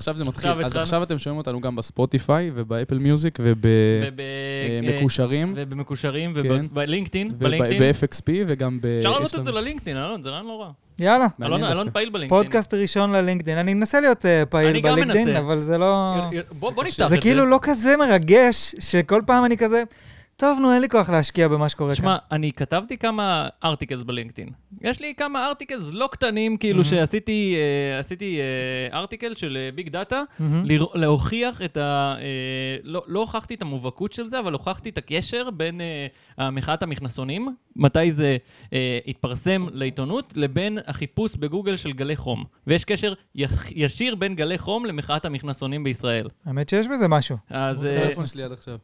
עכשיו זה מתחיל. אז עכשיו אתם שומעים אותנו גם בספוטיפיי, ובאפל מיוזיק, ובמקושרים. ובמקושרים, ובלינקדאין. ב-FXP, וגם אפשר לעלות את זה ללינקדאין, אלון, זה לא רע. יאללה. אלון פעיל בלינקדאין. פודקאסט ראשון ללינקדאין. אני מנסה להיות פעיל בלינקדאין, אבל זה לא... בוא נפתח את זה. זה כאילו לא כזה מרגש, שכל פעם אני כזה... טוב, נו, אין לי כוח להשקיע במה שקורה כאן. שמע, אני כתבתי כמה ארטיקלס בלינקדאין. יש לי כמה ארטיקלס לא קטנים, כאילו שעשיתי ארטיקל של ביג דאטה, להוכיח את לא הוכחתי את המובהקות של זה, אבל הוכחתי את הקשר בין מחאת המכנסונים, מתי זה התפרסם לעיתונות, לבין החיפוש בגוגל של גלי חום. ויש קשר ישיר בין גלי חום למחאת המכנסונים בישראל. האמת שיש בזה משהו. אז... הטלפון שלי עד עכשיו.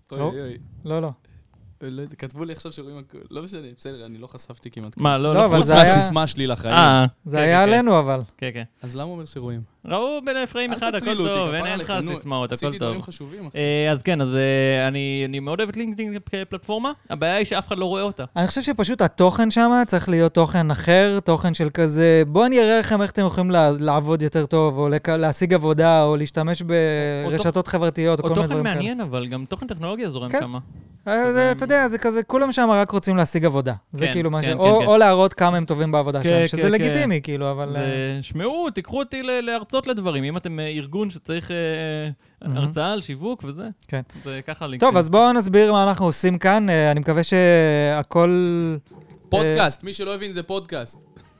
לא. כתבו לי עכשיו שרואים הכל, לא משנה, בסדר, אני לא חשפתי כמעט. מה, לא, חוץ מהסיסמה שלי לחיים. זה היה עלינו, אבל. כן, כן. אז למה אומר שרואים? ראו בין פריים אחד, הכל טוב, אין לך סיסמאות, הכל עשיתי דברים טוב. חשובים. אז כן, אז אני מאוד אוהב את לינקדאין כפלטפורמה, הבעיה היא שאף אחד לא רואה אותה. אני חושב שפשוט התוכן שם צריך להיות תוכן אחר, תוכן של כזה, בוא אני אראה לכם איך אתם יכולים לעבוד יותר טוב, או להשיג עבודה, או להשתמש ברשתות חברתיות, או כל מיני דברים כאלה. תוכן מעניין, אבל גם תוכן טכנולוגיה זורם שם. אתה יודע, זה כזה, כולם שם רק רוצים להשיג עבודה. זה כאילו מה ש... או להראות כמה הם טובים בעבודה שלהם, שזה לגיטימי, כאילו, אבל... שמעו, תיקחו אותי להרצות לדברים, אם אתם ארגון שצריך הרצאה על שיווק וזה. כן. זה ככה לינקדאין. טוב, אז בואו נסביר מה אנחנו עושים כאן. אני מקווה שהכל... פודקאסט, מי שלא הבין זה פודקאסט.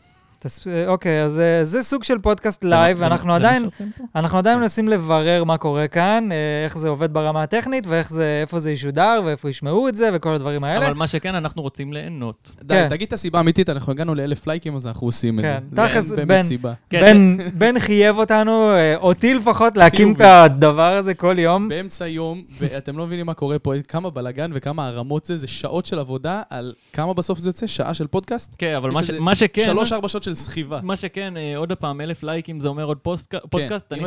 אוקיי, אז זה סוג של פודקאסט לייב, ואנחנו עדיין מנסים לברר מה קורה כאן, איך זה עובד ברמה הטכנית, ואיפה זה ישודר, ואיפה ישמעו את זה, וכל הדברים האלה. אבל מה שכן, אנחנו רוצים ליהנות. תגיד את הסיבה האמיתית, אנחנו הגענו ל1,000 לייקים, אז אנחנו עושים את זה. כן, תכלס, באמת סיבה. בן חייב אותנו, אותי לפחות, להקים את הדבר הזה כל יום. באמצע יום, ואתם לא מבינים מה קורה פה, כמה בלגן וכמה הרמות זה חשעות של עבודה, על כמה בסוף זה יוצא, שעה של פודקאסט? כן, אבל מה שכן... 3-4 שעות של סחיבה. מה שכן, עוד הפעם, 1,000 לייקים זה אומר עוד פודקאסט. אם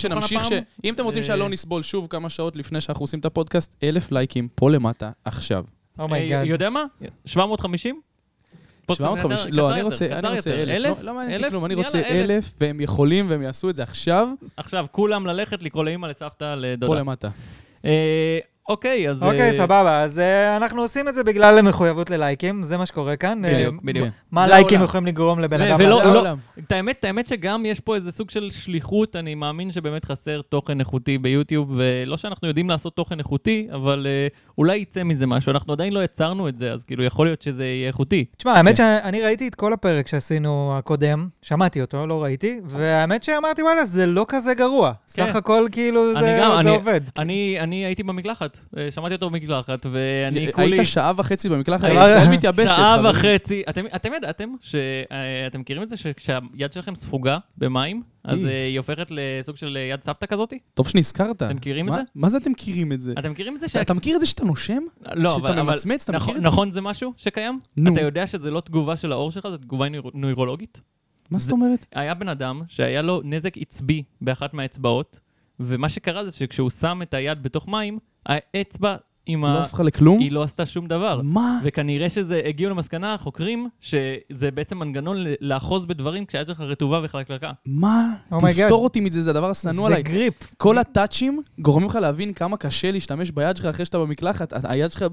אתם רוצים שלא נסבול שוב כמה שעות לפני שאנחנו עושים את הפודקאסט, 1,000 לייקים פה למטה, עכשיו. יודע מה? 750? 750? לא, אני רוצה 1,000. לא מעניין אותי כלום, אני רוצה 1,000, והם יכולים והם יעשו את זה עכשיו. עכשיו, כולם ללכת, לקרוא לאמא, לסבתא, לדודה. פה למטה. אוקיי, אז... אוקיי, סבבה. אז אנחנו עושים את זה בגלל המחויבות ללייקים, זה מה שקורה כאן. בדיוק. מה לייקים יכולים לגרום לבן אדם? את האמת שגם יש פה איזה סוג של שליחות, אני מאמין שבאמת חסר תוכן איכותי ביוטיוב, ולא שאנחנו יודעים לעשות תוכן איכותי, אבל אולי יצא מזה משהו. אנחנו עדיין לא יצרנו את זה, אז כאילו יכול להיות שזה יהיה איכותי. תשמע, האמת שאני ראיתי את כל הפרק שעשינו הקודם, שמעתי אותו, לא ראיתי, והאמת שאמרתי, וואלה, זה לא כזה גרוע. סך הכל כאילו זה עובד. אני הייתי במקלחת. שמעתי אותו במקלחת, ואני כולי... היית שעה וחצי במקלחת, ישראל מתייבשת. שעה וחצי. אתם ידעתם שאתם מכירים את זה שכשהיד שלכם ספוגה במים, אז היא הופכת לסוג של יד סבתא כזאת? טוב שנזכרת. אתם מכירים את זה? מה זה אתם מכירים את זה? אתם מכירים את זה אתה מכיר את זה שאתה נושם? לא, שאתה ממצמץ, אתה מכיר את זה? נכון, זה משהו שקיים? אתה יודע שזה לא תגובה של האור שלך, זה תגובה נוירולוגית? מה זאת אומרת? היה בן אדם שהיה לו נזק עצבי באחת מהאצבעות, ומה שקרה זה שכשהוא שם את היד בתוך מים, האצבע לא הפכה לכלום? היא לא עשתה שום דבר. מה? וכנראה שזה הגיעו למסקנה, החוקרים, שזה בעצם מנגנון לאחוז בדברים כשהיד שלך רטובה וחלקלקה. מה? תפתור אותי מזה, זה הדבר הסנוע עליי. זה גריפ. כל הטאצ'ים גורמים לך להבין כמה קשה להשתמש ביד שלך אחרי שאתה במקלחת. היד שלך...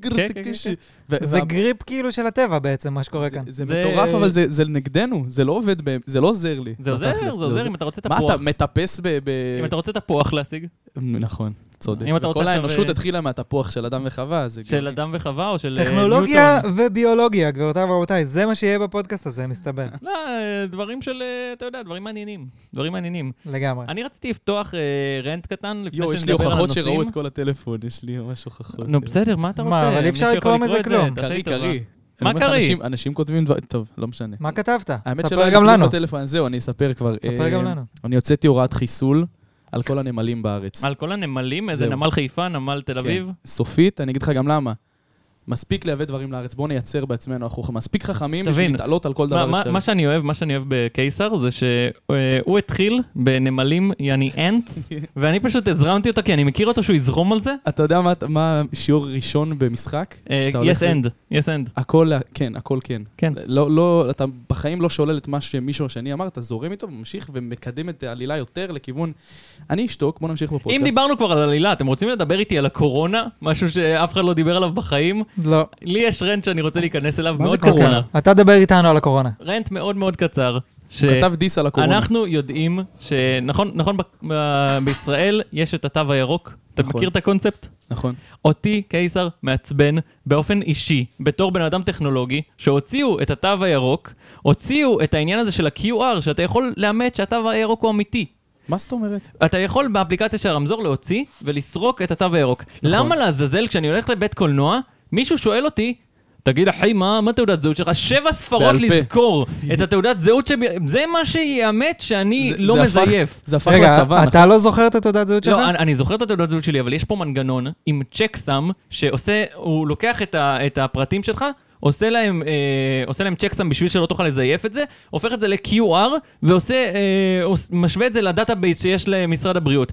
זה גריפ כאילו של הטבע בעצם, מה שקורה כאן. זה מטורף, אבל זה נגדנו. זה לא עובד, זה לא עוזר לי. זה עוזר אם אתה רוצה תפוח. מה, אתה מטפס אם אתה רוצה תפוח להשיג. נכון. צודק. כל האנושות התחילה מהתפוח של אדם וחווה. של אדם וחווה או של... טכנולוגיה וביולוגיה, גבירותיי ורבותיי, זה מה שיהיה בפודקאסט הזה, מסתבר. לא, דברים של, אתה יודע, דברים מעניינים. דברים מעניינים. לגמרי. אני רציתי לפתוח רנט קטן לפני שנדבר על הנושאים. יש לי הוכחות שראו את כל הטלפון, יש לי ממש הוכחות. נו, בסדר, מה אתה רוצה? מה, אבל אי אפשר לקרוא מזה כלום. קרי. מה קרי? אנשים כותבים דבר... טוב, לא משנה. מה כתבת? האמת שלא היה כלום בטלפון, זהו, אני אספר כבר. ספר גם לנו. אני הוצאתי הוראת חיסול על כל הנמלים בארץ. על כל הנמלים? איזה נמל חיפה, נמל תל אביב? סופית, אני אגיד לך גם למה. מספיק לייבא דברים לארץ, בואו נייצר בעצמנו, אנחנו מספיק חכמים בשביל להתעלות על כל דבר אפשרי. מה שאני אוהב בקיסר זה שהוא התחיל בנמלים יעני אנטס, ואני פשוט הזרמתי אותו, כי אני מכיר אותו שהוא יזרום על זה. אתה יודע מה שיעור ראשון במשחק? yes end. הכל כן. כן. לא, אתה בחיים לא שולל את מה שמישהו השני אמר, אתה זורם איתו וממשיך ומקדם את העלילה יותר לכיוון... אני אשתוק, בואו נמשיך בפודקאסט. אם דיברנו כבר על עלילה, אתם רוצים לדבר איתי על הקורונה? משהו שאף אחד לא דיבר עליו בחיים? לא. לי יש רנט שאני רוצה להיכנס אליו, מה זה מאוד קורונה? קצר. אתה דבר איתנו על הקורונה. רנט מאוד מאוד קצר. הוא כתב דיס על הקורונה. אנחנו יודעים שנכון בישראל יש את התו הירוק. אתה מכיר את הקונספט? נכון. אותי, קיסר, מעצבן באופן אישי, בתור בן אדם טכנולוגי, שהוציאו את התו הירוק, הוציאו את העניין הזה של ה-QR, שאתה יכול לאמת שהתו הירוק הוא אמיתי. מה זאת אומרת? אתה יכול באפליקציה של הרמזור להוציא ולסרוק את התו הירוק. למה לעזאזל כשאני הולך לבית קולנוע, מישהו שואל אותי, תגיד, אחי, מה תעודת זהות שלך? 7 ספרות לזכור את התעודת זהות זה מה שיאמת שאני לא מזייף. זה הפך לצבא. רגע, אתה לא זוכר את התעודת זהות שלך? לא, אני זוכר את התעודת זהות שלי, אבל יש פה מנגנון עם צ'קסם שעושה, הוא לוקח את הפרטים שלך, עושה להם צ'קסם בשביל שלא תוכל לזייף את זה, הופך את זה ל-QR, ומשווה את זה לדאטאבייס שיש למשרד הבריאות.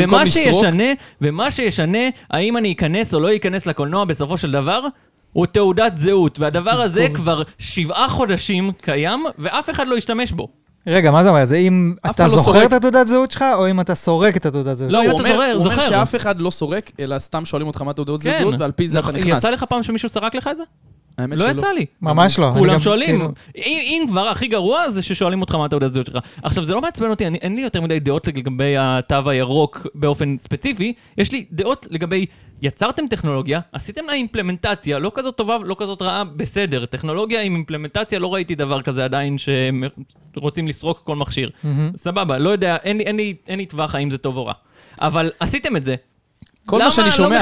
ומה שישנה, האם אני אכנס או לא אכנס לקולנוע בסופו של דבר, הוא תעודת זהות, והדבר הזה כבר 7 חודשים קיים, ואף אחד לא ישתמש בו. רגע, מה זה אומר? זה אם אתה זוכר את התעודת זהות שלך, או אם אתה סורק את התעודת זהות? לא, הוא אומר שאף אחד לא סורק, אלא סתם שואלים אותך מה תעודת זהות, ועל פי זה אתה נכנס. יצא לך פעם שמישהו סרק לך את זה? לא יצא לי. ממש לא. כולם שואלים. אם כבר הכי גרוע זה ששואלים אותך מה תעודת זהות שלך. עכשיו, זה לא מעצבן אותי, אין לי יותר מדי דעות לגבי התו הירוק באופן ספציפי, יש לי דעות לגבי יצרתם טכנולוגיה, עשיתם לה אימפלמנטציה, לא כזאת טובה, לא כזאת רעה, בסדר. טכנולוגיה עם אימפלמנטציה, לא ראיתי דבר כזה עדיין שרוצים לסרוק כל מכשיר. סבבה, לא יודע, אין לי טווח האם זה טוב או רע. אבל עשיתם את זה. כל מה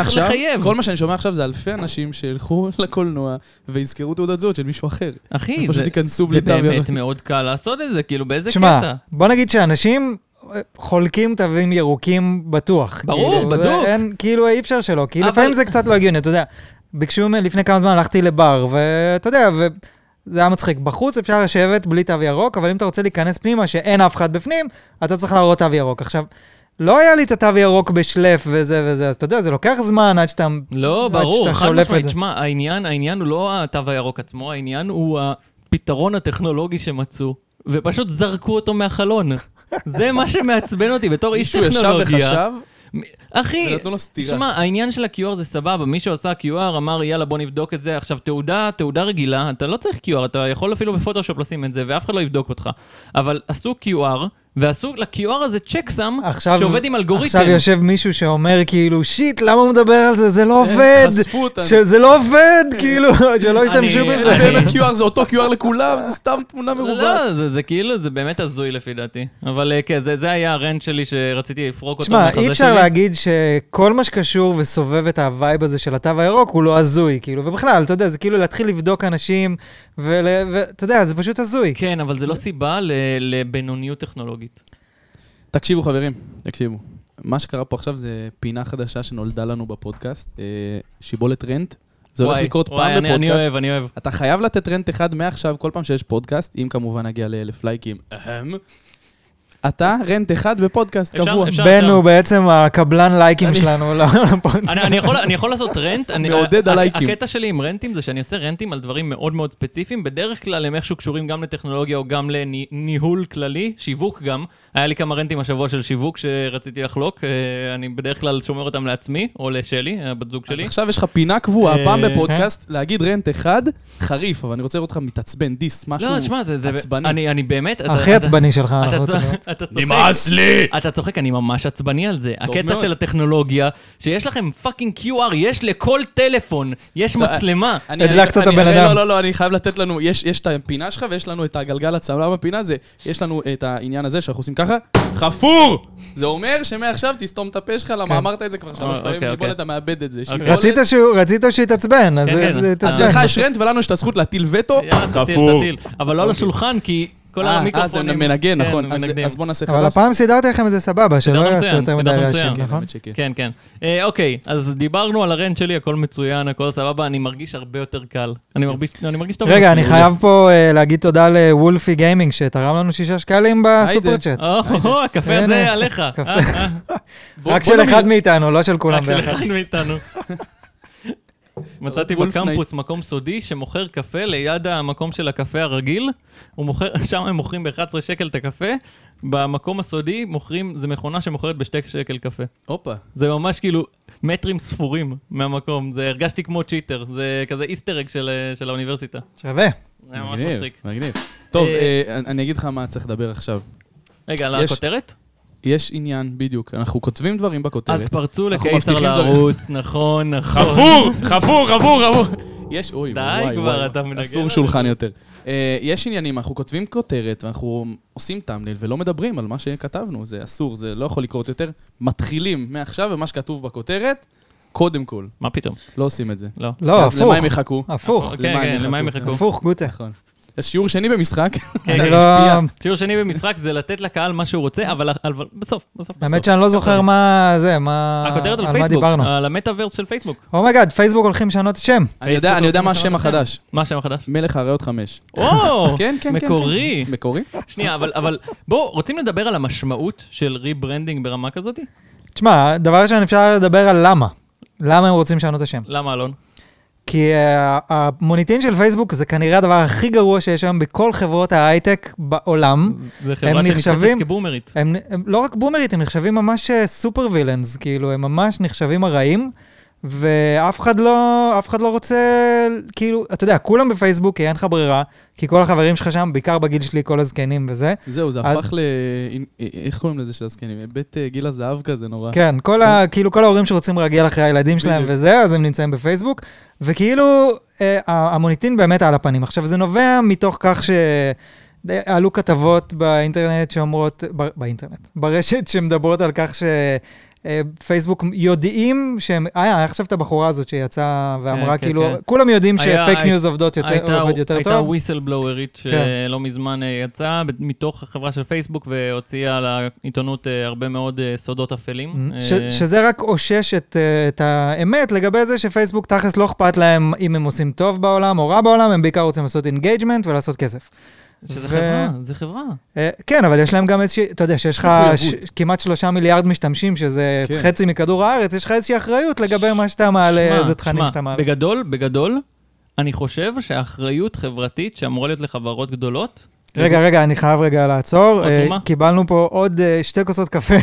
שאני שומע עכשיו זה אלפי אנשים שילכו לקולנוע ויזכרו תעודת זהות של מישהו אחר. אחי, זה באמת מאוד קל לעשות את זה, כאילו באיזה קטע. שמע, בוא נגיד שאנשים חולקים תווים ירוקים בטוח. ברור, בדוק. כאילו אי אפשר שלא, כי לפעמים זה קצת לא הגיוני, אתה יודע. ביקשו לפני כמה זמן הלכתי לבר, ואתה יודע, זה היה מצחיק. בחוץ אפשר לשבת בלי תו ירוק, אבל אם אתה רוצה להיכנס פנימה שאין אף אחד בפנים, אתה צריך להראות תו ירוק. עכשיו, לא היה לי את התו ירוק בשלף וזה וזה, אז אתה יודע, זה לוקח זמן עד שאתה לא, ברור, חד משמעית, תשמע, העניין הוא לא התו הירוק עצמו, העניין הוא הפתרון הטכנולוגי שמצאו, ופשוט זרקו אותו מהחלון. זה מה שמעצבן אותי, בתור איש טכנולוגיה. מישהו ישב וחשב, אחי, ונתנו לו סתירה. שמע, העניין של ה-QR זה סבבה, מישהו עשה QR, אמר יאללה בוא נבדוק את זה, עכשיו תעודה רגילה, אתה לא צריך QR, אתה יכול אפילו בפוטושופ לשים את זה, ואף אחד לא יבדוק אותך. אבל עשו QR, ועשו ל-QR הזה צ'קסם, שעובד עם אלגוריתם. עכשיו יושב מישהו שאומר כאילו, שיט, למה הוא מדבר על זה? זה לא עובד. חשפו אותנו. זה לא עובד, כאילו, שלא ישתמשו בזה. זה באמת QR, זה אותו QR לכולם, זה סתם תמונה מרובה. לא, זה כאילו, זה באמת הזוי לפי דעתי. אבל כן, זה היה הרנט שלי שרציתי לפרוק אותו מהחזה שלי. אי אפשר להגיד שכל מה שקשור וסובב את הווייב הזה של התו הירוק הוא לא הזוי, כאילו, ובכלל, אתה יודע, זה כאילו להתחיל לבדוק אנשים, ואתה יודע, זה פשוט הזוי. כן, אבל זה לא סיבה לבינוניות טכנולוגית. תקשיבו חברים, תקשיבו. מה שקרה פה עכשיו זה פינה חדשה שנולדה לנו בפודקאסט, שיבולת רנט. זה הולך לקרות פעם בפודקאסט. אני אוהב. אתה חייב לתת רנט אחד מעכשיו כל פעם שיש פודקאסט, אם כמובן נגיע ל1,000 לייקים. אתה רנט אחד בפודקאסט קבוע. בן הוא בעצם הקבלן לייקים שלנו לפודקאסט. אני יכול לעשות רנט. מעודד הלייקים. הקטע שלי עם רנטים זה שאני עושה רנטים על דברים מאוד מאוד ספציפיים, בדרך כלל הם איכשהו קשורים גם לטכנולוגיה או גם לניהול כללי, שיווק גם. היה לי כמה רנטים השבוע של שיווק שרציתי לחלוק, אני בדרך כלל שומר אותם לעצמי, או לשלי, הבת זוג שלי. אז עכשיו יש לך פינה קבועה, פעם בפודקאסט, להגיד רנט אחד, חריף, אבל אני רוצה לראות אותך מתעצבן, דיס, משהו עצבני. אני באמת... הכי עצבני שלך, אנחנו רוצים לראות. נמאס לי! אתה צוחק, אני ממש עצבני על זה. הקטע של הטכנולוגיה, שיש לכם פאקינג QR, יש לכל טלפון, יש מצלמה. הדלקת את הבן אדם. לא, אני חייב לתת לנו, יש את הפינה שלך ויש לנו את הגלגל הצלם בפינה הזה, יש לנו את העניין הזה שאנחנו עושים ככה, חפור! זה אומר שמעכשיו תסתום את הפה שלך, למה אמרת את זה כבר 3 פעמים, שיבולת אתה מאבד את זה. רצית שיתעצבן, אז לך יש רנט ולנו יש את הזכות להטיל וטו, חפור. אבל לא לשולחן, כי כל המיקרופונים. זה מנגן, נכון. אז בוא נעשה חדש. אבל הפעם סידרתי לכם את זה סבבה, שלא יעשו יותר מדי רעשים, נכון? כן, כן. אוקיי, אז דיברנו על הרנט שלי, הכל מצוין, הכל סבבה, אני מרגיש הרבה יותר קל. אני מרגיש טוב. רגע, אני חייב פה להגיד תודה לוולפי גיימינג, שתרם לנו 6 שקלים בסופרצ'אט. הקפה הזה עליך. רק של אחד מאיתנו, לא של כולם ביחד. רק של אחד מאיתנו. מצאתי בקמפוס מקום סודי שמוכר קפה ליד המקום של הקפה הרגיל, שם הם מוכרים ב-11 שקל את הקפה, במקום הסודי מוכרים, זה מכונה שמוכרת ב2 שקל קפה. אופה. זה ממש כאילו מטרים ספורים מהמקום, זה הרגשתי כמו צ'יטר, זה כזה איסטר-אג של האוניברסיטה. שווה. זה ממש מצחיק. מגניב. טוב, אני אגיד לך מה צריך לדבר עכשיו. רגע, על הכותרת? יש עניין, בדיוק. אנחנו כותבים דברים בכותרת. אז פרצו לקיסר לערוץ, נכון. חפור. יש, אוי, די כבר, אתה מנגן. אסור שולחן יותר. יש עניינים, אנחנו כותבים כותרת, ואנחנו עושים תמליל, ולא מדברים על מה שכתבנו. זה אסור, זה לא יכול לקרות יותר. מתחילים מעכשיו, ומה שכתוב בכותרת, קודם כל. מה פתאום? לא עושים את זה. לא, הפוך. למה הם יחכו? הפוך. למה הם יחכו? הפוך, גוטה. נכון. יש שיעור שני במשחק. שיעור שני במשחק זה לתת לקהל מה שהוא רוצה, אבל בסוף. האמת שאני לא זוכר מה זה, הכותרת על פייסבוק, על המטאברס של פייסבוק. אומייגאד, פייסבוק הולכים לשנות השם. אני יודע מה השם החדש. מה השם החדש? מלך האריות 5. כן, מקורי. מקורי? שנייה, אבל בואו, רוצים לדבר על המשמעות של ריברנדינג ברמה כזאת? תשמע, דבר ראשון אפשר לדבר על למה. למה הם רוצים לשנות השם? למה, אלון? כי המוניטין של פייסבוק זה כנראה הדבר הכי גרוע שיש היום בכל חברות ההייטק בעולם. זה חברה שנתפסת כבומרית. הם לא רק בומרית, הם נחשבים ממש סופר וילנס, כאילו, הם ממש נחשבים הרעים, ואף אחד לא רוצה, כאילו, אתה יודע, כולם בפייסבוק, כי אין לך ברירה, כי כל החברים שלך שם, בעיקר בגיל שלי, כל הזקנים וזה. זהו, זה הפך איך קוראים לזה של הזקנים? בית גיל הזהב כזה נורא. כן, כאילו כל ההורים שרוצים להגיע אחרי הילדים שלהם וזה, אז הם נמצאים בפייסבוק, וכאילו, המוניטין באמת על הפנים. עכשיו, זה נובע מתוך כך עלו כתבות באינטרנט שאומרות, ברשת שמדברות על כך פייסבוק יודעים שהם, עכשיו את הבחורה הזאת שיצאה ואמרה כאילו, כולם יודעים שפייק ניוז עובד יותר טוב. הייתה וויסלבלוארית שלא מזמן יצאה מתוך החברה של פייסבוק והוציאה לעיתונות הרבה מאוד סודות אפלים. שזה רק אושש את האמת לגבי זה שפייסבוק תכלס לא אכפת להם אם הם עושים טוב בעולם או רע בעולם, הם בעיקר רוצים לעשות אינגייג'מנט ולעשות כסף. זה חברה. כן, אבל יש להם גם איזושהי, אתה יודע, שיש לך כמעט 3 מיליארד משתמשים, שזה חצי מכדור הארץ, יש לך איזושהי אחריות לגבי מה שאתה מעלה, איזה תכנים שאתה מעלה. בגדול, אני חושב שהאחריות חברתית שאמורה להיות לחברות גדולות, רגע, אני חייב רגע לעצור. קיבלנו פה עוד 2 כוסות קפה.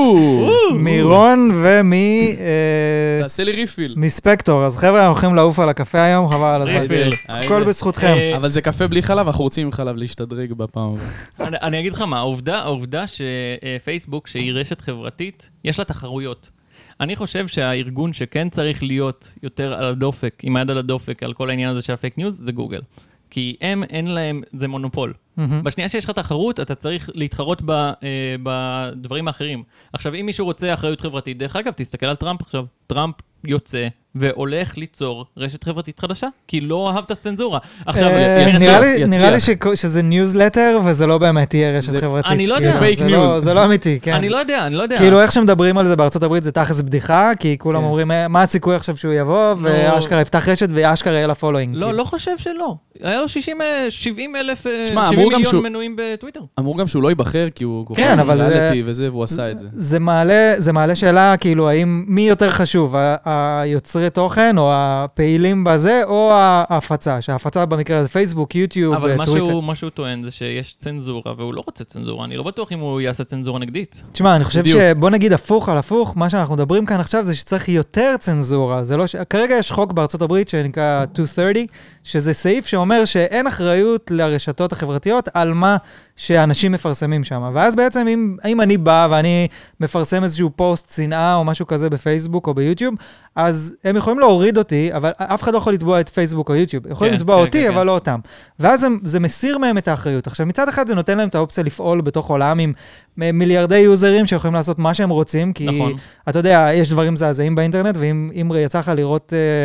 מרון תעשה לי ריפיל. מספקטור. אז חבר'ה, אנחנו הולכים לעוף על הקפה היום, חבל על הזמן. ריפיל. הכל בזכותכם. אבל זה קפה בלי חלב, אנחנו רוצים עם חלב להשתדרג בפעם. אני אגיד לך מה, העובדה שפייסבוק, שהיא רשת חברתית, יש לה תחרויות. אני חושב שהארגון שכן צריך להיות יותר על הדופק, עם היד על הדופק, על כל העניין הזה של הפייק ניוז, זה גוגל. כי אין להם, זה מונופול. בשנייה שיש לך תחרות, אתה צריך להתחרות בדברים האחרים. עכשיו, אם מישהו רוצה אחריות חברתית, דרך אגב, תסתכל על טראמפ עכשיו. טראמפ יוצא והולך ליצור רשת חברתית חדשה, כי לא אהבת צנזורה. עכשיו, נראה לי שזה ניוזלטר, וזה לא באמת תהיה רשת חברתית. אני לא יודע. זה פייק ניוז. זה לא אמיתי, כן. אני לא יודע. כאילו, איך שמדברים על זה בארצות הברית, זה תכלס בדיחה, כי כולם אומרים, מה הסיכוי עכשיו שהוא יבוא, ואשכרה יפתח רשת, ואשכרה יהיה לה פולואינג. לא חושב שלא. היה לו 70 מיליון מנויים בטוויטר. אמרו גם שהוא לא ייבחר, כי הוא כן, אבל והוא עשה את זה. זה מעלה שאלה, כאילו, האם מי יותר חשוב, היוצרי תוכן, או הפעילים בזה, או ההפצה, שההפצה במקרה הזה פייסבוק, יוטיוב, טוויטר. אבל מה שהוא טוען זה שיש צנזורה, והוא לא רוצה צנזורה. אני לא בטוח אם הוא יעשה צנזורה נגדית. תשמע, אני חושב שבוא נגיד הפוך על הפוך, מה שאנחנו מדברים כאן עכשיו זה שצריך יותר צנזורה. כרגע יש חוק בארצות הברית שנקרא 230, שזה סעיף שאומר שאין אחריות לרשתות החברתיות על מה שאנשים מפרסמים שם. ואז בעצם אם אני בא ואני מפרסם איזשהו פוסט שנאה או משהו כזה בפייסבוק או ביוטיוב, אז הם יכולים להוריד אותי, אבל אף אחד לא יכול לתבוע את פייסבוק או יוטיוב. יכולים לתבוע אותי, אבל לא אותם. ואז זה מסיר מהם את האחריות. עכשיו, מצד אחד זה נותן להם את האופציה לפעול בתוך עולם עם מיליארדי יוזרים שיכולים לעשות מה שהם רוצים, כי אתה יודע, יש דברים זעזעים באינטרנט, ואם יצא לך לראות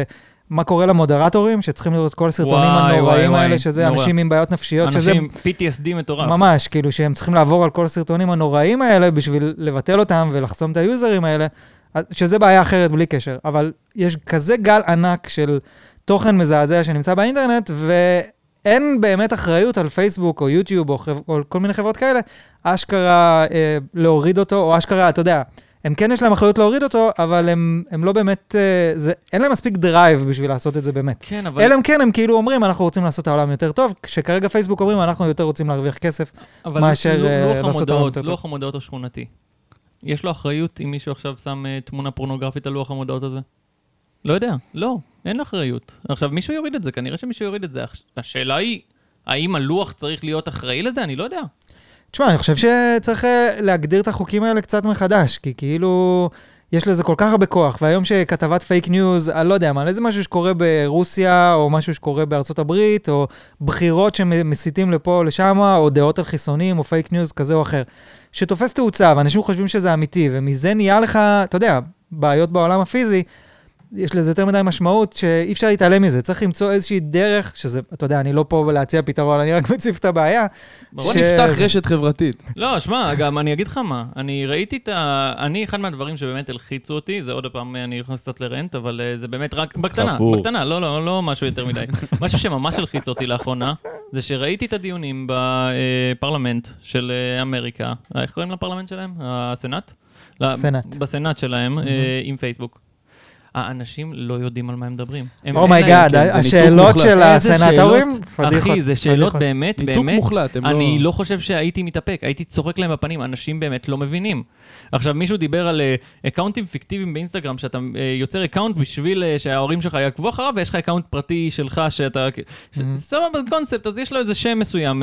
מה קורה למודרטורים, שצריכים לראות כל הסרטונים הנוראים האלה, שזה אנשים עם בעיות נפשיות, שזה... אנשים PTSD מטורף. ממש, כאילו שהם צריכים לעבור על כל הסרטונים הנוראים האלה, בשביל לבטל אותם ולחסום את היוזרים האלה, שזה בעיה אחרת בלי קשר. אבל יש כזה גל ענק של תוכן מזעזע שנמצא באינטרנט, ואין באמת אחריות על פייסבוק או יוטיוב או כל מיני חברות כאלה, אשכרה להוריד אותו, או אשכרה, אתה יודע, הם כן יש להם אחריות להוריד אותו, אבל הם לא באמת, אין להם מספיק דרייב בשביל לעשות את זה באמת. כן, אבל... אלא הם כן, הם כאילו אומרים, אנחנו רוצים לעשות את העולם יותר טוב, כשכרגע פייסבוק אומרים, אנחנו יותר רוצים להרוויח כסף, מאשר לעשות את העולם יותר טוב. לוח המודעות השכונתי. יש לו אחריות אם מישהו עכשיו שם תמונה פורנוגרפית על לוח המודעות הזה? לא יודע, לא, אין אחריות. עכשיו, מישהו יוריד את זה, כנראה שמישהו יוריד את זה. השאלה היא, האם הלוח צריך להיות אחראי לזה? אני לא יודע. תשמע, אני חושב שצריך להגדיר את החוקים האלה קצת מחדש, כי כאילו יש לזה כל כך הרבה כוח, והיום שכתבת פייק ניוז, אני לא יודע מה, איזה משהו שקורה ברוסיה, או משהו שקורה בארצות הברית, או בחירות שמסיתים לפה או לשם, או דעות על חיסונים, או פייק ניוז כזה או אחר, שתופס תאוצה, ואנשים חושבים שזה אמיתי, ומזה נהיה לך, אתה יודע, בעיות בעולם הפיזי, יש לזה יותר מדי משמעות שאי אפשר להתעלם מזה. צריך למצוא איזושהי דרך, שזה, אתה יודע, אני לא פה להציע פתרון, אני רק מציף את הבעיה. בוא נפתח רשת חברתית. לא, שמע, גם אני אגיד לך מה, אני ראיתי אני אחד מהדברים שבאמת הלחיצו אותי, זה עוד הפעם, אני נכנס קצת לרנט, אבל זה באמת רק בקטנה, לא משהו יותר מדי. משהו שממש הלחיץ אותי לאחרונה, זה שראיתי את הדיונים בפרלמנט של אמריקה, איך קוראים לפרלמנט שלהם? הסנאט? בסנאט שלהם, עם פייסבוק. האנשים לא יודעים על מה הם מדברים. אומייגאד, השאלות של הסנאטורים, אחי, זה שאלות באמת, באמת, אני לא חושב שהייתי מתאפק, הייתי צוחק להם בפנים, אנשים באמת לא מבינים. עכשיו, מישהו דיבר על אקאונטים פיקטיביים באינסטגרם, שאתה יוצר אקאונט בשביל שההורים שלך יעקבו אחריו, ויש לך אקאונט פרטי שלך, שאתה... סבבה בקונספט, אז יש לו איזה שם מסוים,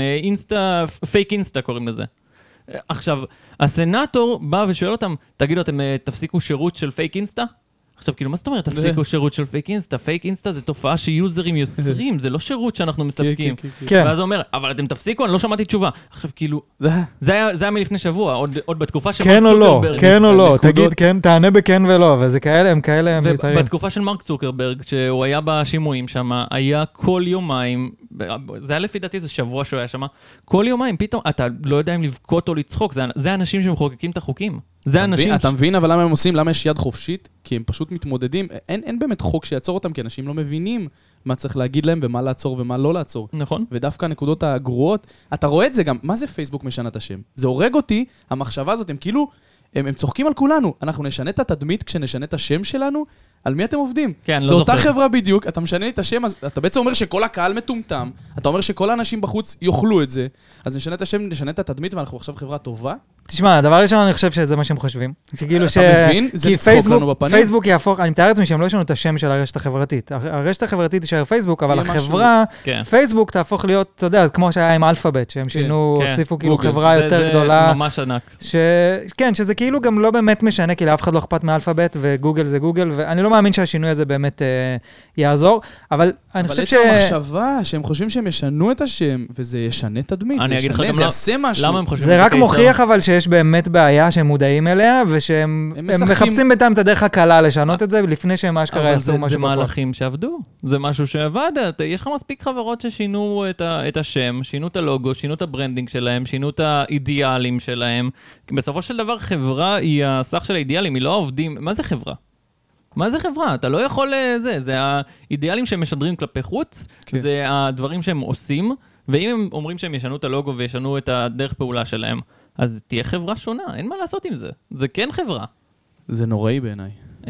פייק אינסטה קוראים לזה. עכשיו, הסנאטור בא ושואל אותם, תגידו, אתם תפסיקו שירות של פייק אינסטה? עכשיו, כאילו, מה זאת אומרת? תפסיקו שירות של פייק אינסטה. פייק אינסטה זה תופעה שיוזרים יוצרים, זה לא שירות שאנחנו מספקים. ואז הוא אומר, אבל אתם תפסיקו, אני לא שמעתי תשובה. עכשיו, כאילו, זה היה מלפני שבוע, עוד בתקופה של מרק צוקרברג. כן או לא, תגיד כן, תענה בכן ולא, וזה כאלה, הם כאלה מיותרים. בתקופה של מרק צוקרברג, שהוא היה בשימועים שם, היה כל יומיים, זה היה לפי דעתי, זה שבוע שהוא היה שם, כל יומיים, פתאום, אתה לא יודע אם לבכות או לצחוק, זה האנשים שמחוקקים את החוקים. אתה מבין, אבל למה הם עושים? למה יש יד חופשית? כי הם פשוט מתמודדים. אין באמת חוק שיעצור אותם, כי אנשים לא מבינים מה צריך להגיד להם ומה לעצור ומה לא לעצור. נכון. ודווקא הנקודות הגרועות, אתה רואה את זה גם, מה זה פייסבוק משנה את השם? זה הורג אותי, המחשבה הזאת, הם כאילו, הם צוחקים על כולנו. אנחנו נשנה את התדמית כשנשנה את השם שלנו, על מי אתם עובדים? כן, לא זו זוכר. אותה חברה בדיוק, אתה משנה את השם, אז אתה בעצם אומר שכל הקהל מטומטם, אתה אומר שכל האנשים בחוץ יאכלו את זה, אז נשנה את השם, נשנה את התדמית, ואנחנו עכשיו חברה טובה. תשמע, הדבר ראשון אני חושב שזה מה שהם חושבים. שכאילו אתה מבין? זה לצחוק לנו בפנים. פייסבוק יהפוך, אני מתאר לעצמי שהם לא ישנו את השם של הרשת החברתית. הרשת החברתית תישאר פייסבוק, אבל החברה, פייסבוק תהפוך להיות, אתה יודע, כמו שהיה עם אלפאבית, שהם שינו, הוסיפו כאילו חברה יותר גדולה. זה ממש ענק. כן, שזה כאילו גם לא באמת משנה, כי לאף אחד לא אכפת מאלפאבית, וגוגל זה גוגל, ואני לא מאמין שהשינוי הזה באמת יעזור, אבל אני חושב אבל עצם המחשבה שהם חושבים שהם ישנו את השם, וזה ישנה תדמית, זה ישנה, זה יעשה משהו. זה רק מוכיח אבל שיש באמת בעיה שהם מודעים אליה, ושהם מחפשים בינתיים את הדרך הקלה לשנות את זה, לפני שהם אשכרה יעשו משהו בפועל. זה מהלכים שעבדו, זה משהו שעבד, יש לך מספיק חברות ששינו את השם, שינו את הלוגו, שינו את הברנדינג שלהם, שינו את האידיאלים שלהם. בסופו של דבר חברה היא הסך של האידיאלים, היא לא העובדים. מה זה חברה? מה זה חברה? אתה לא יכול זה האידיאלים שהם משדרים כלפי חוץ, זה הדברים שהם עושים, ואם הם אומרים שהם ישנו את הלוגו וישנו את הדרך פעולה שלהם, אז תהיה חברה שונה, אין מה לעשות עם זה. זה כן חברה. זה נוראי בעיניי.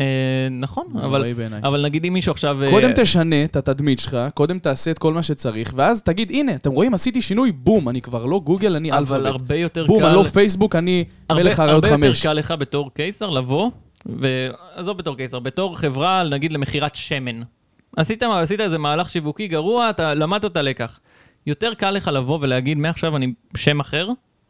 נכון, אבל נגיד אם מישהו עכשיו... קודם תשנה את התדמית שלך, קודם תעשה את כל מה שצריך, ואז תגיד, הנה, אתם רואים, עשיתי שינוי, בום, אני כבר לא גוגל, אני אלפאבית. אבל הרבה יותר בום, אני לא פייסבוק, אני מלך הרעיות 5. הרבה יותר קל לך בתור קיסר לבוא, ועזוב בתור קיסר, בתור חברה, נגיד למחירת שמן. עשית איזה מהלך שיווקי גרוע, אתה למדת את הלקח. יותר קל לך לבוא ולהגיד, מעכשיו אני שם אחר,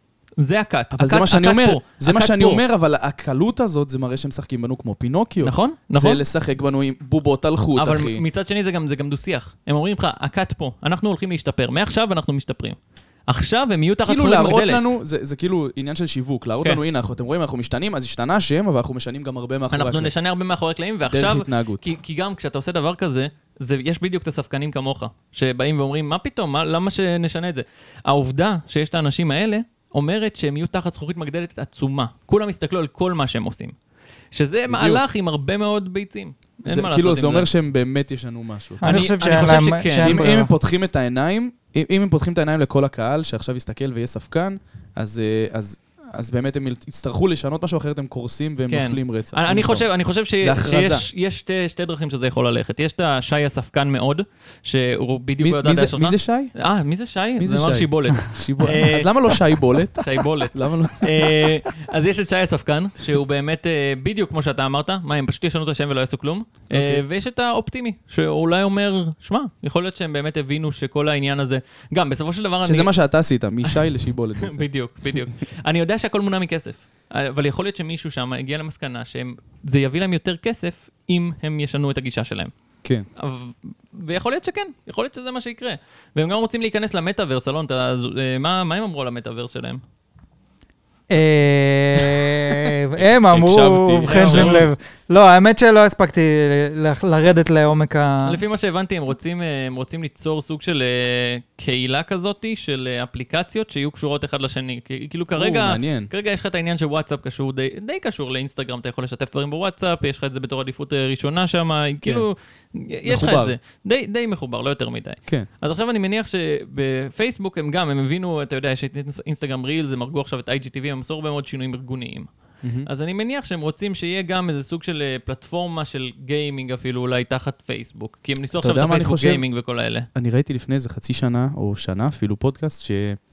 זה הקאט. אבל זה מה שאני אומר, זה מה שאני אומר, אבל הקלות הזאת, זה מראה שהם משחקים בנו כמו פינוקיו. נכון. זה לשחק בנו עם בובות על חוט, אחי. אבל מצד שני זה גם דו-שיח. הם אומרים לך, הקאט פה, אנחנו הולכים להשתפר. מעכשיו אנחנו משתפרים. עכשיו הם יהיו תחת כאילו להראות לנו, זה כאילו עניין של שיווק, להראות לנו, הנה, אתם רואים, אנחנו משתנים, אז השתנה השם, אבל אנחנו משנים גם הרבה מאחורי הקלעים. אנחנו נשנה הרבה מאחורי הקלעים, ועכשיו, כי גם כשאתה עושה דבר כזה, יש בדיוק את הספקנים כמוך, שבאים ואומרים, מה פתאום, למה שנשנה את זה? העובדה שיש את האנשים האלה, אומרת שהם יהיו תחת זכוכית מגדלת עצומה. כולם יסתכלו על כל מה שהם עושים. שזה מהלך עם הרבה מאוד ביצים. אין מה לעשות עם זה. כאילו, זה אומר שהם באמת ישנו משהו. אני חושב שכן. אם הם פותחים את העיניים, אם הם פותחים את העיניים לכל הקהל, שעכשיו יסתכל ויהיה ספקן, אז באמת הם יצטרכו לשנות משהו, אחרת הם קורסים והם נופלים רצח. אני חושב שיש שתי דרכים שזה יכול ללכת. יש את השי הספקן מאוד, שהוא בדיוק יודע דעה שלך. מי זה שי? מי זה שי? זה אמר שיבולת. אז למה לא שי בולת? שי בולת. למה לא? אז יש את שי הספקן, שהוא באמת בדיוק כמו שאתה אמרת, מה, הם פשוט ישנו את השם ולא יעשו כלום. ויש את האופטימי, שאולי אומר, שמע, יכול להיות שהם באמת הבינו שכל העניין הזה, גם בסופו של דבר שזה מה שאתה עשית, משי לשיבולת. בדיוק. אני יודע שהכל מונע מכסף, אבל יכול להיות שמישהו שם הגיע למסקנה שזה יביא להם יותר כסף אם הם ישנו את הגישה שלהם. כן. ויכול להיות שכן, יכול להיות שזה מה שיקרה. והם גם רוצים להיכנס למטאברס, אלון, מה הם אמרו על המטאברס שלהם? הם אמרו, ובכן שים לב. לא, האמת שלא הספקתי לרדת לעומק לפי מה שהבנתי, הם רוצים ליצור סוג של קהילה כזאת, של אפליקציות שיהיו קשורות אחד לשני. כאילו כרגע יש לך את העניין שוואטסאפ קשור, די קשור לאינסטגרם, אתה יכול לשתף דברים בוואטסאפ, יש לך את זה בתור עדיפות ראשונה שם, כאילו, יש לך את זה. די מחובר, לא יותר מדי. אז עכשיו אני מניח שבפייסבוק הם הבינו, אתה יודע, יש את אינסטגרם ריל, הם הרגו עכשיו את IGTV, הם עשו הרבה מאוד שינויים ארגוניים. אז אני מניח שהם רוצים שיהיה גם איזה סוג של פלטפורמה של גיימינג אפילו אולי תחת פייסבוק. כי הם ניסו עכשיו את הפייסבוק גיימינג וכל האלה. אני ראיתי לפני איזה חצי שנה או שנה אפילו פודקאסט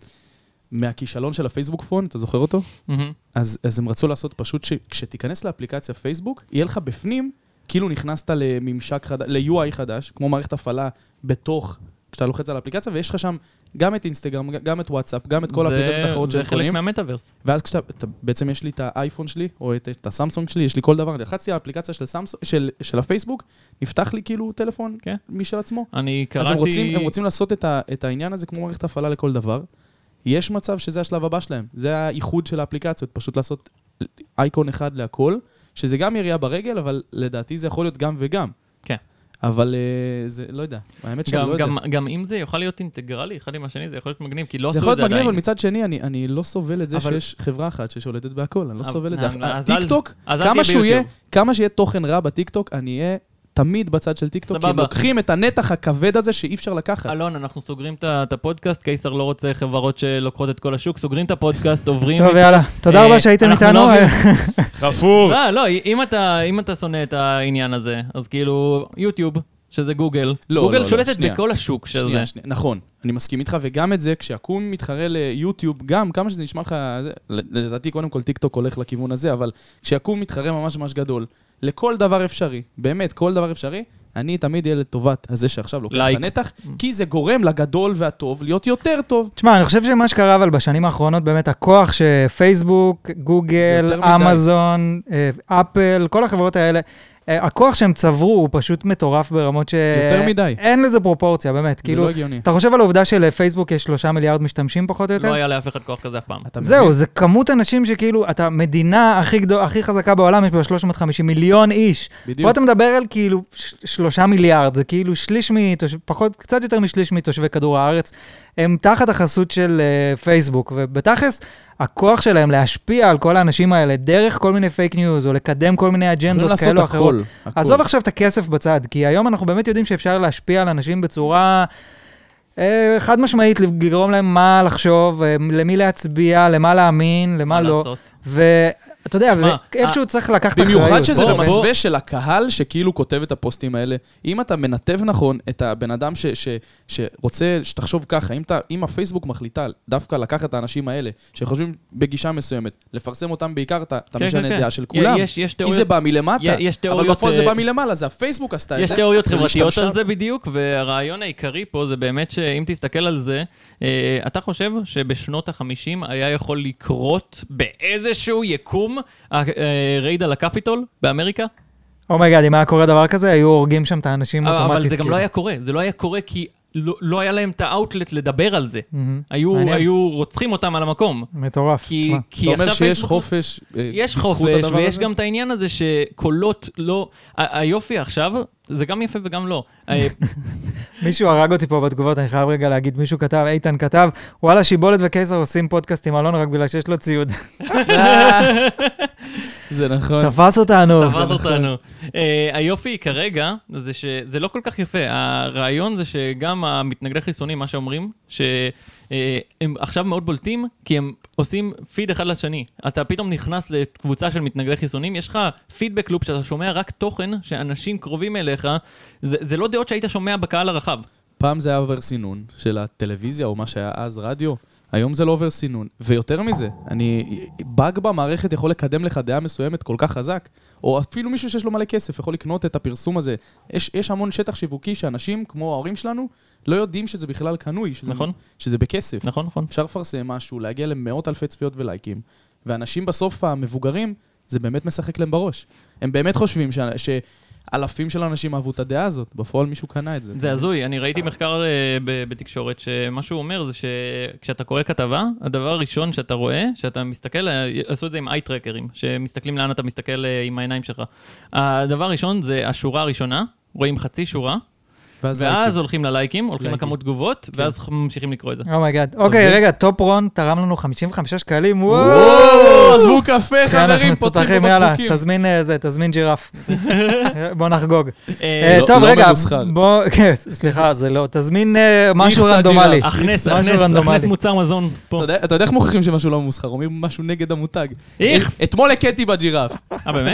מהכישלון של הפייסבוק פון, אתה זוכר אותו? אז הם רצו לעשות פשוט שכשתיכנס לאפליקציה פייסבוק, יהיה לך בפנים, כאילו נכנסת לממשק חדש, ל-UI חדש, כמו מערכת הפעלה בתוך, כשאתה לוחץ על האפליקציה, ויש לך שם גם את אינסטגרם, גם את וואטסאפ, גם את כל האפליקציות האחרות שהם קונים. זה חלק מהמטאברס. ואז בעצם יש לי את האייפון שלי, או את הסמסונג שלי, יש לי כל דבר. לחצתי על האפליקציה של הפייסבוק, נפתח לי כאילו טלפון משל עצמו. אני קראתי... אז הם רוצים לעשות את העניין הזה כמו מערכת הפעלה לכל דבר. יש מצב שזה השלב הבא שלהם. זה האיחוד של האפליקציות, פשוט לעשות אייקון אחד להכל, שזה גם יריעה ברגל, אבל לדעתי זה יכול להיות גם וגם. כן. אבל זה, לא יודע, האמת שאני לא יודע. גם אם זה יוכל להיות אינטגרלי, אחד עם השני, זה יכול להיות מגניב, כי לא עשו עשו את זה עדיין. זה יכול להיות מגניב, אבל מצד שני, אני לא סובל את זה שיש חברה אחת ששולטת בהכל, אני לא סובל את זה. טיקטוק, כמה שיהיה תוכן רע בטיקטוק, אני אהיה תמיד בצד של טיקטוק, כי הם לוקחים את הנתח הכבד הזה שאי אפשר לקחת. אלון, אנחנו סוגרים את הפודקאסט, קיסר לא רוצה חברות שלוקחות את כל השוק, סוגרים את הפודקאסט, עוברים... טוב, יאללה, תודה רבה שהייתם איתנו. חפור. לא, אם אתה שונא את העניין הזה, אז כאילו, יוטיוב, שזה גוגל. גוגל שולטת בכל השוק של זה. נכון, אני מסכים איתך, וגם את זה, כשהקום מתחרה ליוטיוב, גם כמה שזה נשמע לך, לדעתי קודם כל טיקטוק הולך לכיוון הזה, אבל כשהקום מתחרה ממש ממש גדול, לכל דבר אפשרי, באמת, כל דבר אפשרי, אני תמיד אהיה לטובת הזה שעכשיו לוקח את הנתח, כי זה גורם לגדול והטוב להיות יותר טוב. תשמע, אני חושב שמה שקרה אבל בשנים האחרונות, באמת הכוח שפייסבוק, גוגל, אמזון, אפל, כל החברות האלה, הכוח שהם צברו הוא פשוט מטורף ברמות ש... יותר מדי. אין לזה פרופורציה, באמת. זה כאילו, לא הגיוני. אתה חושב על העובדה שלפייסבוק יש 3 מיליארד משתמשים פחות או יותר? לא היה לאף אחד כוח כזה אף פעם. זהו, זה כמות אנשים שכאילו, אתה מדינה הכי חזקה בעולם, יש בה 350 מיליון איש. בדיוק. פה אתה מדבר על כאילו 3 מיליארד, זה כאילו קצת יותר משליש מתושבי כדור הארץ, הם תחת החסות של פייסבוק, ובתכלס, הכוח שלהם להשפיע על כל האנשים האלה, דרך כל מיני פייק ניוז, או לקדם כל מיני אג'נדות כאלו אחרות. עזוב עכשיו את הכסף בצד, כי היום אנחנו באמת יודעים שאפשר להשפיע על אנשים בצורה חד משמעית, לגרום להם מה לחשוב, למי להצביע, למה להאמין, למה לא. אתה יודע, איפשהו צריך לקחת אחריות. במיוחד שזה במסווה של הקהל שכאילו כותב את הפוסטים האלה. אם אתה מנתב נכון את הבן אדם שרוצה שתחשוב ככה, אם הפייסבוק מחליטה דווקא לקחת את האנשים האלה, שחושבים בגישה מסוימת, לפרסם אותם בעיקר, אתה משנה דעה של כולם. כי זה בא מלמטה, אבל בפועל זה בא מלמעלה, זה הפייסבוק עשתה את זה. יש תיאוריות חברתיות על זה בדיוק, והרעיון העיקרי פה זה באמת שאם תסתכל על זה, אתה חושב שבשנות ה-50 היה יכול לקרות באיזשהו יקום רייד על הקפיטול באמריקה? אומייגאד, אם היה קורה דבר כזה, היו הורגים שם את האנשים אוטומטית. אבל זה גם לא היה קורה. זה לא היה קורה כי לא היה להם את האוטלט לדבר על זה. היו רוצחים אותם על המקום. מטורף. זאת אומרת שיש חופש יש חופש, ויש גם את העניין הזה שקולות לא... היופי עכשיו, זה גם יפה וגם לא. מישהו הרג אותי פה בתגובות, אני חייב רגע להגיד, מישהו כתב, איתן כתב, וואלה, שיבולת וקיסר עושים פודקאסט עם אלון רק בגלל שיש לו ציוד. זה נכון. תפס אותנו. היופי כרגע, זה שזה לא כל כך יפה. הרעיון זה שגם המתנגדי חיסונים, מה שאומרים, שהם עכשיו מאוד בולטים, כי הם עושים פיד אחד לשני. אתה פתאום נכנס לקבוצה של מתנגדי חיסונים, יש לך פידבק לופ שאתה שומע רק תוכן שאנשים קרובים אליך, זה לא דעות שהיית שומע בקהל הרחב. פעם זה היה עובר סינון של הטלוויזיה, או מה שהיה אז רדיו. היום זה לא עובר סינון. ויותר מזה, באג במערכת יכול לקדם לך דעה מסוימת כל כך חזק, או אפילו מישהו שיש לו מלא כסף יכול לקנות את הפרסום הזה. יש המון שטח שיווקי שאנשים, כמו ההורים שלנו, לא יודעים שזה בכלל קנוי, שזה בכסף. נכון. אפשר לפרסם משהו, להגיע למאות אלפי צפיות ולייקים, ואנשים בסוף המבוגרים, זה באמת משחק להם בראש. הם באמת חושבים אלפים של אנשים אהבו את הדעה הזאת, בפועל מישהו קנה את זה. זה הזוי, אני ראיתי מחקר בתקשורת, שמה שהוא אומר זה שכשאתה קורא כתבה, הדבר הראשון שאתה רואה, שאתה מסתכל, עשו את זה עם אי-טרקרים, שמסתכלים לאן אתה מסתכל עם העיניים שלך. הדבר הראשון זה השורה הראשונה, רואים חצי שורה, ואז הולכים ללייקים, הולכים לכמות תגובות, ואז ממשיכים לקרוא את זה. אומייגאד. אוקיי, רגע, טופ רון תרם לנו 55 שקלים. וואו, עזבו קפה, חברים, פותחים בבקבוקים. תזמין ג'ירף. בוא נחגוג. טוב, רגע, בוא, סליחה, זה לא, תזמין משהו רנדומלי. הכנס מוצר מזון פה. אתה יודע איך מוכיחים שמשהו לא מוסחר, אומרים משהו נגד המותג. איכס. אתמול הקטי בג'ירף. באמת?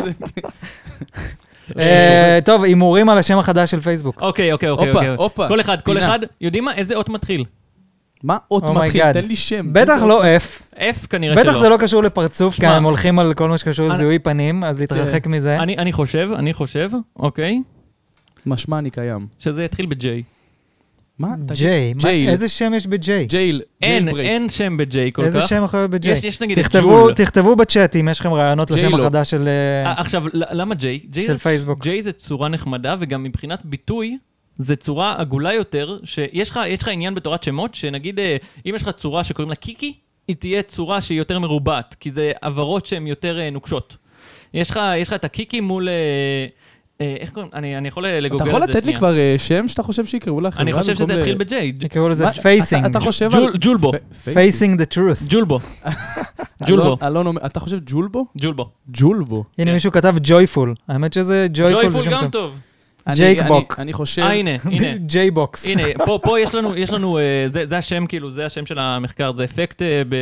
טוב, הימורים על השם החדש של פייסבוק. אוקיי. כל אחד, יודעים מה? איזה אות מתחיל? מה אות מתחיל? תן לי שם. בטח לא F. F כנראה שלא. בטח זה לא קשור לפרצוף, כי הם הולכים על כל מה שקשור לזיהוי פנים, אז להתרחק מזה. אני חושב, אוקיי. משמע אני קיים. שזה יתחיל ב-J. מה? J. איזה שם יש ב-J? ג'ייל. אין שם ב-J כל כך. איזה שם יכול להיות ב-J? יש נגיד את ג'ול. תכתבו בצ'אט אם יש לכם רעיונות לשם החדש של עכשיו, למה J? של פייסבוק. J זה צורה נחמדה, וגם מבחינת ביטוי, זה צורה עגולה יותר, שיש לך עניין בתורת שמות, שנגיד, אם יש לך צורה שקוראים לה קיקי, היא תהיה צורה שהיא יותר מרובעת, כי זה עברות שהן יותר נוקשות. יש לך את הקיקי מול... איך קוראים? אני יכול לגוגל את זה. אתה יכול לתת לי כבר שם שאתה חושב שיקראו לך? אני חושב שזה התחיל ב-J. יקראו לזה פייסינג. אתה חושב על... ג'ולבו. פייסינג the truth. ג'ולבו. אתה חושב ג'ולבו? ג'ולבו. הנה מישהו כתב ג'ויפול. האמת שזה ג'ויפול זה שם גם טוב. ג'ייקבוק. אני חושב... הנה. ג'ייקבוקס. הנה, פה יש לנו, זה השם כאילו, זה השם של המחקר, זה אפקט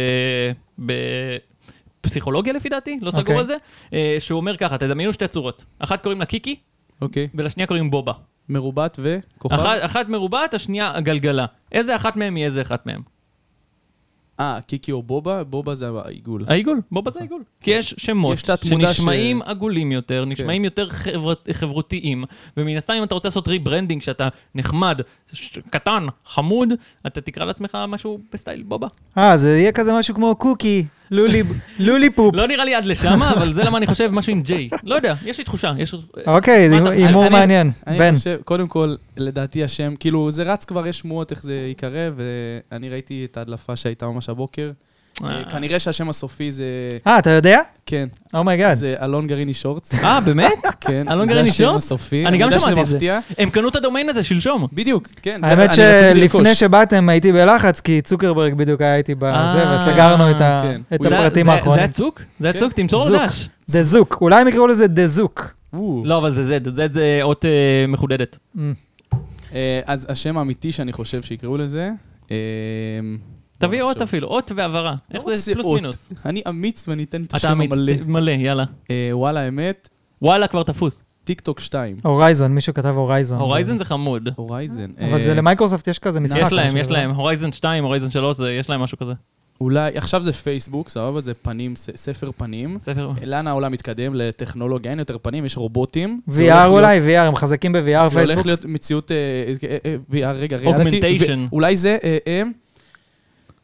פסיכולוגיה לפי דעתי, לא סגור על זה, שהוא אומר ככה, תדמיינו שתי צורות. אחת קוראים לה קיקי, ולשנייה קוראים בובה. מרובעת וכוכב? אחת מרובעת, השנייה גלגלה. איזה אחת מהם היא איזה אחת מהם? קיקי או בובה? בובה זה העיגול. העיגול, בובה זה העיגול. כי יש שמות שנשמעים עגולים יותר, נשמעים יותר חברותיים, ומן הסתם אם אתה רוצה לעשות ריברנדינג, שאתה נחמד, קטן, חמוד, אתה תקרא לעצמך משהו בסטייל בובה. זה יהיה כזה משהו כמו קוקי, לולי פופ. לא נראה לי עד לשם, אבל זה למה אני חושב משהו עם ג'יי. לא יודע, יש לי תחושה. אוקיי, הימור מעניין. בן. קודם כל, לדעתי השם, כאילו זה רץ כבר, יש שמועות איך זה יקרה, ואני ראיתי את ההדלפה שהייתה ממש הבוקר. כנראה שהשם הסופי זה... אתה יודע? כן. אומייגאד. זה אלון גריני שורטס. באמת? כן. אלון גריני שורטס? זה השם הסופי. אני גם שמעתי את זה. הם קנו את הדומיין הזה שלשום. בדיוק, כן. האמת שלפני שבאתם הייתי בלחץ, כי צוקרברג בדיוק היה איתי בזה, וסגרנו את הפרטים האחרונים. זה הצוק? זה הצוק? תמסור לדש. זה זוק. אולי הם יקראו לזה דזוק. לא, אבל זה זד. זד זה אות מחודדת. אז השם האמיתי שאני חושב שיקראו לזה... תביא אות אפילו, אות ועברה. איך זה פלוס מינוס? אני אמיץ ואני אתן את אתה השם אמיץ, מלא, יאללה. וואלה, אמת. וואלה, כבר תפוס. טיק טוק 2. הורייזון, מישהו כתב הורייזון. הורייזון זה חמוד. הורייזון. אבל זה למייקרוסופט יש כזה משחק. יש להם. הורייזון 2, הורייזון 3, יש להם משהו כזה. אולי, עכשיו זה פייסבוק, סבבה, זה פנים, ספר פנים. לאן העולם מתקדם? לטכנולוגיה, אין יותר פנים, יש רובוטים. VR אולי, VR, הם חזקים ב-VR, פייסבוק. זה הולך להיות מציאות, VR, רגע, אוגמנטיישן. אולי זה,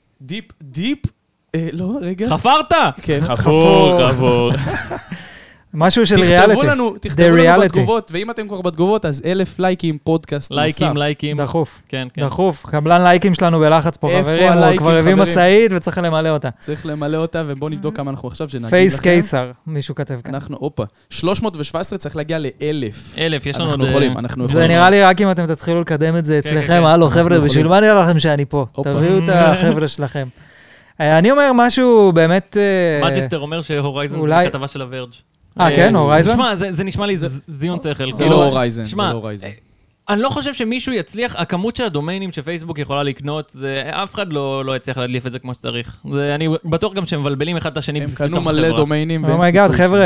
דיפ, לא, רגע. חפרת? כן, חפור. משהו של תכתבו ריאליטי. לנו בתגובות, ואם אתם כבר בתגובות, אז 1,000 לייקים, פודקאסט נוסף. לייקים. דחוף. כן. דחוף. קבלן לייקים שלנו בלחץ פה, חברים, הוא כבר הביא מסעית וצריך למלא אותה. צריך למלא אותה, ובואו נבדוק כמה אנחנו עכשיו שנגיד לכם. פייס קיסר, מישהו כתב כאן. אנחנו, 317 צריך להגיע ל1,000. 1,000, יש לנו אנחנו יכולים. זה נראה לי רק אם אתם תתחילו לקדם את זה אצלכם, הלו חבר'ה, בשביל מה נראה לכם שאני פה? תביאו את החבר'ה שלכם. אני אומר משהו באמת... מג'סטר אומר שהורייזן זה כתבה של הוורג'. כן, הורייזן? תשמע, זה נשמע לי זיון שכל. זה לא הורייזן, אני לא חושב שמישהו יצליח, הכמות של הדומיינים שפייסבוק יכולה לקנות, אף אחד לא יצליח להדליף את זה כמו שצריך. אני בטוח גם שהם מבלבלים אחד את השני. הם קנו מלא דומיינים. אומייגאד, חבר'ה,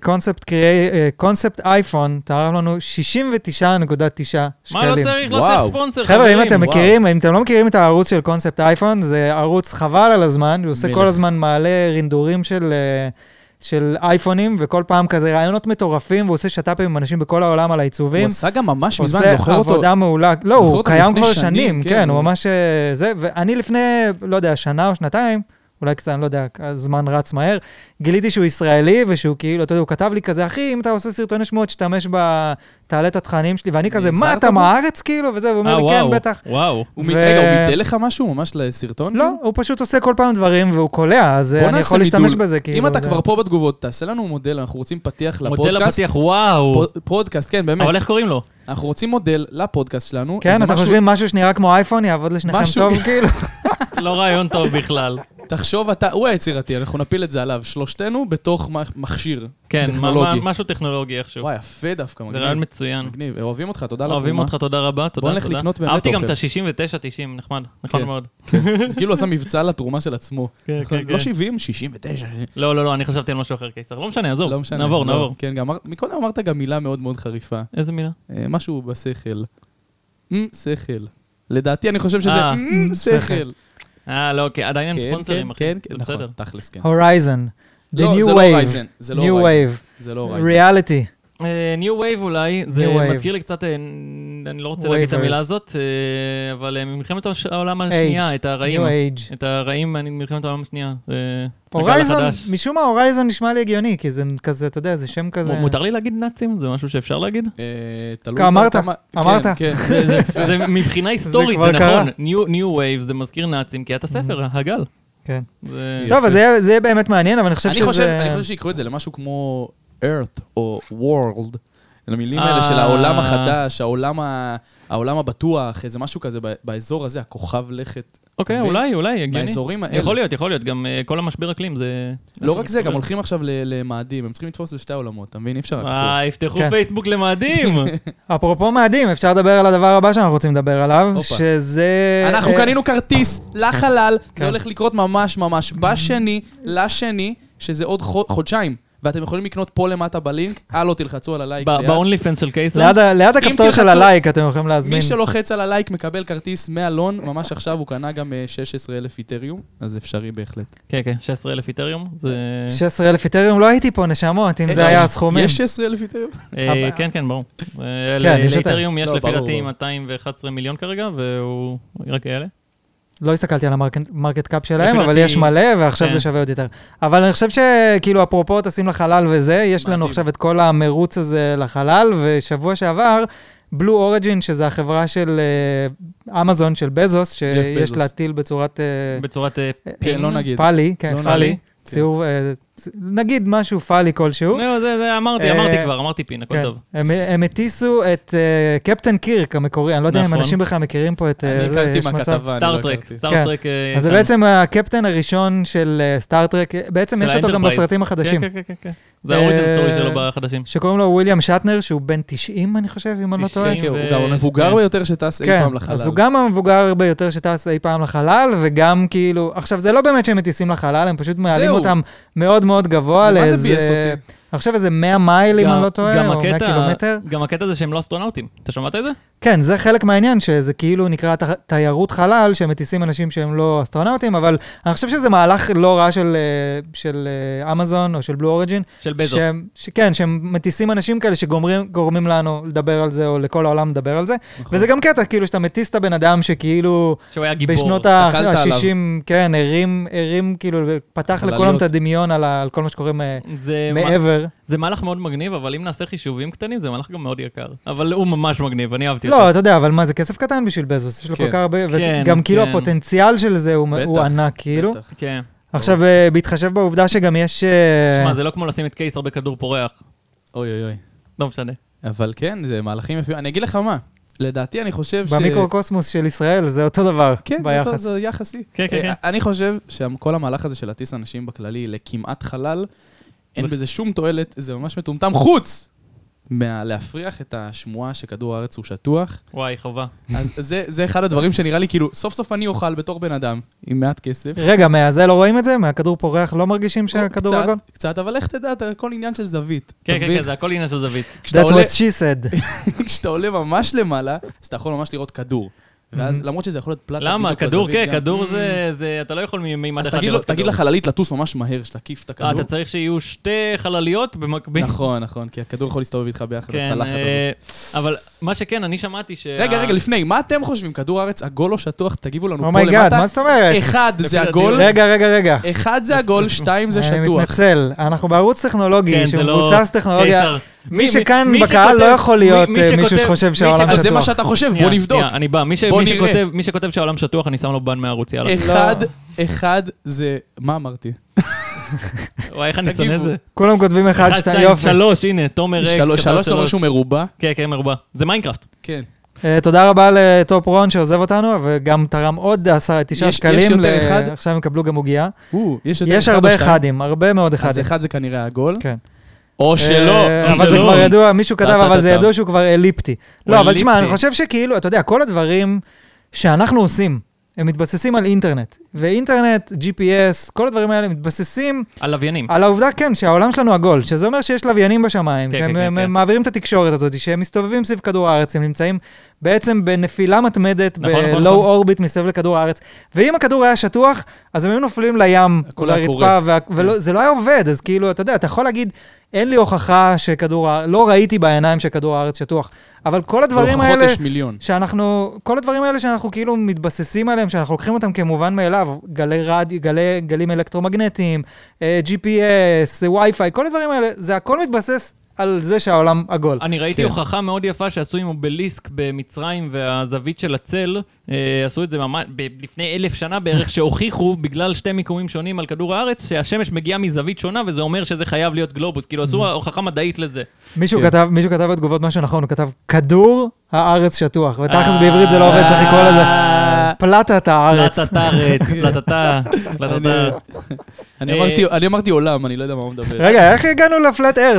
קונספט אייפון, תראה לנו 69.9 שקלים. מה לא צריך? לא צריך ספונסר, חבר'ה, אם אתם לא מכירים את הערוץ של קונספט אייפון, זה ערוץ חבל על הזמן, הוא עושה כל הזמן מעלה רינדורים של אייפונים, וכל פעם כזה רעיונות מטורפים, והוא עושה שטאפים עם אנשים בכל העולם על העיצובים. הוא עשה גם ממש מזמן, זוכר אותו. הוא עושה עבודה מעולה. לא, הוא קיים כבר שנים, כן, הוא ממש זה, ואני לפני, לא יודע, שנה או שנתיים, אולי קצת, אני לא יודע, הזמן רץ מהר, גיליתי שהוא ישראלי, ושהוא כאילו, אתה יודע, הוא כתב לי כזה, אחי, אם אתה עושה סרטוני שמות, תשתמש תעלה את התכנים שלי, ואני כזה, מה, אתה מהארץ כאילו? וזה, והוא אומר לי, כן, בטח. וואו. רגע, הוא מידל לך משהו ממש לסרטון? לא, הוא פשוט עושה כל פעם דברים, והוא קולע, אז אני יכול להשתמש בזה, כאילו. אם אתה כבר פה בתגובות, תעשה לנו מודל, אנחנו רוצים פתיח לפודקאסט. מודל לפתיח, וואו. פודקאסט, כן, באמת. אבל איך קוראים לו? אנחנו רוצים מודל לפודקאסט שלנו. כן, אתם חושבים משהו שנראה כמו אייפון, יעבוד לשניכם טוב, כאילו. לא רעיון טוב בכלל. תחשוב, הוא היצירתי, אנחנו נפיל את זה עליו, שלושתנו בתוך מכשיר טכנולוגי. כן, משהו טכנולוגי איכשהו. וואי, יפה דווקא, מגניב. זה רעיון מצוין. מגניב, אוהבים אותך, תודה לתרומה. אוהבים אותך, תודה רבה, תודה. בוא נלך לקנות באמת אהבתי אוכל. גם את ה-69-90, נחמד מאוד. זה כאילו עשה מבצע לתרומה של עצמו. לא 70, 69. לא, אני חשבתי על משהו אחר, קיצר. לא משנה, עזוב. נעבור. כן, מקודם אמרת גם מילה מאוד מאוד חריפה. איזה מילה? משהו בשכל. שכל. לדעתי אני חושב שזה שכל. לא, עדיין אין ספונסרים, אחי. כן, נכון, תכלס, כן. הורייזן. The לא, new זה לא הורייזן. New wave. זה לא הורייזן. ריאליטי. New Wave אולי, זה מזכיר לי קצת, אני לא רוצה להגיד את המילה הזאת, אבל מלחמת העולם השנייה, את הרעים מלחמת העולם השנייה. הורייזן, משום מה הורייזן נשמע לי הגיוני, כי זה כזה, אתה יודע, זה שם כזה... מותר לי להגיד נאצים? זה משהו שאפשר להגיד? אמרת. זה מבחינה היסטורית, זה נכון. New Wave זה מזכיר נאצים, כי אתה ספר, הגל. כן. טוב, אז זה יהיה באמת מעניין, אבל אני חושב שזה... אני חושב שיקחו את זה למשהו כמו... Earth או World, המילים האלה של העולם החדש, העולם הבטוח, איזה משהו כזה באזור הזה, הכוכב לכת. אוקיי, אולי, הגיוני. באזורים האלה. יכול להיות, גם כל המשבר אקלים זה... לא רק זה, גם הולכים עכשיו למאדים, הם צריכים לתפוס לשתי העולמות, אתה מבין? אי אפשר רק פה. יפתחו פייסבוק למאדים. אפרופו מאדים, אפשר לדבר על הדבר הבא שאנחנו רוצים לדבר עליו, שזה... אנחנו קנינו כרטיס לחלל, זה הולך לקרות ממש לשני, שזה עוד חודשיים. ואתם יכולים לקנות פה למטה בלינק, לא תלחצו על הלייק. ב-only fans של קיסר? ליד הכפתור של הלייק אתם יכולים להזמין. מי שלוחץ על הלייק מקבל כרטיס מהלון, ממש עכשיו הוא קנה גם 16,000 איתריום, אז אפשרי בהחלט. כן, 16,000 איתריום. 16,000 איתריום, לא הייתי פה נשמות, אם זה היה הסכומים. יש 16,000 איתריום? כן, ברור. לאיתריום יש לפי דעתי 211 מיליון כרגע, והוא רק אלה. לא הסתכלתי על המרקט קאפ שלהם, אבל יש מלא, ועכשיו זה שווה עוד יותר. אבל אני חושב שכאילו, אפרופו טסים לחלל וזה, יש לנו עכשיו את כל המרוץ הזה לחלל, ושבוע שעבר, בלו אוריג'ין, שזה החברה של אמזון, של בזוס, שיש לה טיל בצורת... כן, לא נגיד. פאלי, כן, פאלי. ציור, נגיד משהו פאלי כלשהו. לא, זה אמרתי פין, הכל טוב. הם הטיסו את קפטן קירק המקורי, אני לא יודע אם אנשים בכלל מכירים פה את... אני הכרתי מהכתבה, סטארטרק. אז זה בעצם הקפטן הראשון של סטארטרק, בעצם יש אותו גם בסרטים החדשים. כן. זה האוריג'ין סטורי שלו בחדשים. שקוראים לו וויליאם שטנר, שהוא בן 90, אני חושב, אם אני לא טועה. הוא גם המבוגר ביותר שטס אי פעם לחלל. אז הוא גם המבוגר ביותר שטס אי פעם לחלל, וגם כאילו... עכשיו, זה לא באמת שהם מטיסים לחלל, הם פשוט מעלים אותם מאוד מאוד גבוה לאיזה... מה זה ביאס אותי? עכשיו איזה 100 מייל, אם אני לא טועה, או 100 קילומטר. גם הקטע זה שהם לא אסטרונאוטים. אתה שמעת את זה? כן, זה חלק מהעניין, שזה כאילו נקרא תיירות חלל, שהם מטיסים אנשים שהם לא אסטרונאוטים, אבל אני חושב שזה מהלך לא רע של אמזון או של בלו אוריג'ין. של בזוס. כן, שהם מטיסים אנשים כאלה שגורמים לנו לדבר על זה, או לכל העולם לדבר על זה. וזה גם קטע, כאילו שאתה מטיס את הבן אדם שכאילו... שהוא היה גיבור. בשנות ה-60, כן, הרים, כאילו, פתח לכולם את הדמיון על כל מה שקורה מעבר. עובר. זה מהלך מאוד מגניב, אבל אם נעשה חישובים קטנים, זה מהלך גם מאוד יקר. אבל הוא ממש מגניב, אני אהבתי אותו. לא, אתה יודע, אבל מה, זה כסף קטן בשביל בזוס, יש לו כל כך הרבה, וגם כאילו הפוטנציאל של זה הוא ענק, כאילו. כן. עכשיו, בהתחשב בעובדה שגם יש... שמע, זה לא כמו לשים את קיסר בכדור פורח. אוי. לא משנה. אבל כן, זה מהלכים יפים. אני אגיד לך מה, לדעתי אני חושב במיקרוקוסמוס של ישראל זה אותו דבר ביחס. כן, זה יחסי. כן. אני חושב שכל המהלך הזה של להטיס אנשים בכללי לכמעט חלל, אין בזה שום תועלת, זה ממש מטומטם חוץ להפריח את השמועה שכדור הארץ הוא שטוח. וואי, חובה. אז זה אחד הדברים שנראה לי, כאילו, סוף סוף אני אוכל בתור בן אדם, עם מעט כסף. רגע, מהזה לא רואים את זה? מהכדור פורח לא מרגישים שהכדור עגול? קצת, אבל איך תדע, הכל עניין של זווית. כן, זה הכל עניין של זווית. That's what she said. כשאתה עולה ממש למעלה, אז אתה יכול ממש לראות כדור. ואז, למרות שזה יכול להיות פלטה... למה? כדור, כן, כדור זה... אתה לא יכול ממד אחד לראות כדור. תגיד לחללית לטוס ממש מהר, שתקיף את הכדור. אתה צריך שיהיו שתי חלליות במקביל. נכון, כי הכדור יכול להסתובב איתך ביחד, הצלחת הזאת. אבל מה שכן, אני שמעתי ש... רגע, לפני, מה אתם חושבים? כדור הארץ עגול או שטוח? תגיבו לנו פה למטה. אומייגאד, מה זאת אומרת? 1 זה עגול. רגע. 1 זה עגול, 2 זה שטוח. אני מתנצל, אנחנו בערוץ טכנולוגי שמבוסס טכנולוגיה. מי שכאן מי בקהל לא יכול להיות מישהו שחושב שהעולם שטוח. אז זה מה שאתה חושב, בוא נבדוק. אני בא, מי שכותב שהעולם שטוח, אני שם לו בן מהערוץ, יאללה. 1 זה... מה אמרתי? וואי, איך אני שונא זה? כולם כותבים 1, 2, יופי. 3, הנה, תומר ריק. 3 אומר שהוא מרובע. כן, מרובע. זה מיינקראפט. כן. תודה רבה לטופ רון שעוזב אותנו, וגם תרם עוד 9 שקלים. יש יותר אחד? עכשיו הם יקבלו גם עוגיה. יש הרבה אחדים, הרבה מאוד אחדים. אז 1 זה כנראה עגול. כן. או שלא. אבל זה כבר ידוע, מישהו כתב, אבל זה ידוע שהוא כבר אליפטי. לא, אבל תשמע, אני חושב שכאילו, אתה יודע, כל הדברים שאנחנו עושים, הם מתבססים על אינטרנט. ואינטרנט, GPS, כל הדברים האלה מתבססים... על לוויינים. על העובדה, כן, שהעולם שלנו עגול, שזה אומר שיש לוויינים בשמיים, שהם מעבירים את התקשורת הזאת, שהם מסתובבים סביב כדור הארץ, הם נמצאים בעצם בנפילה מתמדת, בלואו אורביט מסביב לכדור הארץ. ואם הכדור היה שטוח, אז הם היו נופלים לים, לרצפה, וזה לא היה עובד, אז כאילו, אתה יודע, אתה יכול להגיד, אין לי הוכחה לא ראיתי בעיניים שכדור הארץ שטוח. אבל כל הדברים האלה שאנחנו כאילו מתבססים עליהם, שאנחנו לוקחים אותם כמובן מאליו, גלים אלקטרומגנטיים, GPS, Wi-Fi, כל הדברים האלה, זה הכל מתבסס על זה שהעולם עגול. אני ראיתי הוכחה מאוד יפה שעשו עם אובליסק במצרים, והזווית של הצל, עשו את זה ממש לפני 1000 שנה בערך, שהוכיחו בגלל 2 מיקומים שונים על כדור הארץ, שהשמש מגיעה מזווית שונה, וזה אומר שזה חייב להיות גלובוס. כאילו עשו הוכחה מדעית לזה. מישהו כתב בתגובות משהו נכון, הוא כתב כדור הארץ שטוח, ותכלס בעברית זה לא עובד, צריך לקרוא לזה פלטת הארץ. פלטתה. אני אמרתי עולם, אני לא יודע מה הוא מדבר. רגע, איך הגענו לפלט ארת?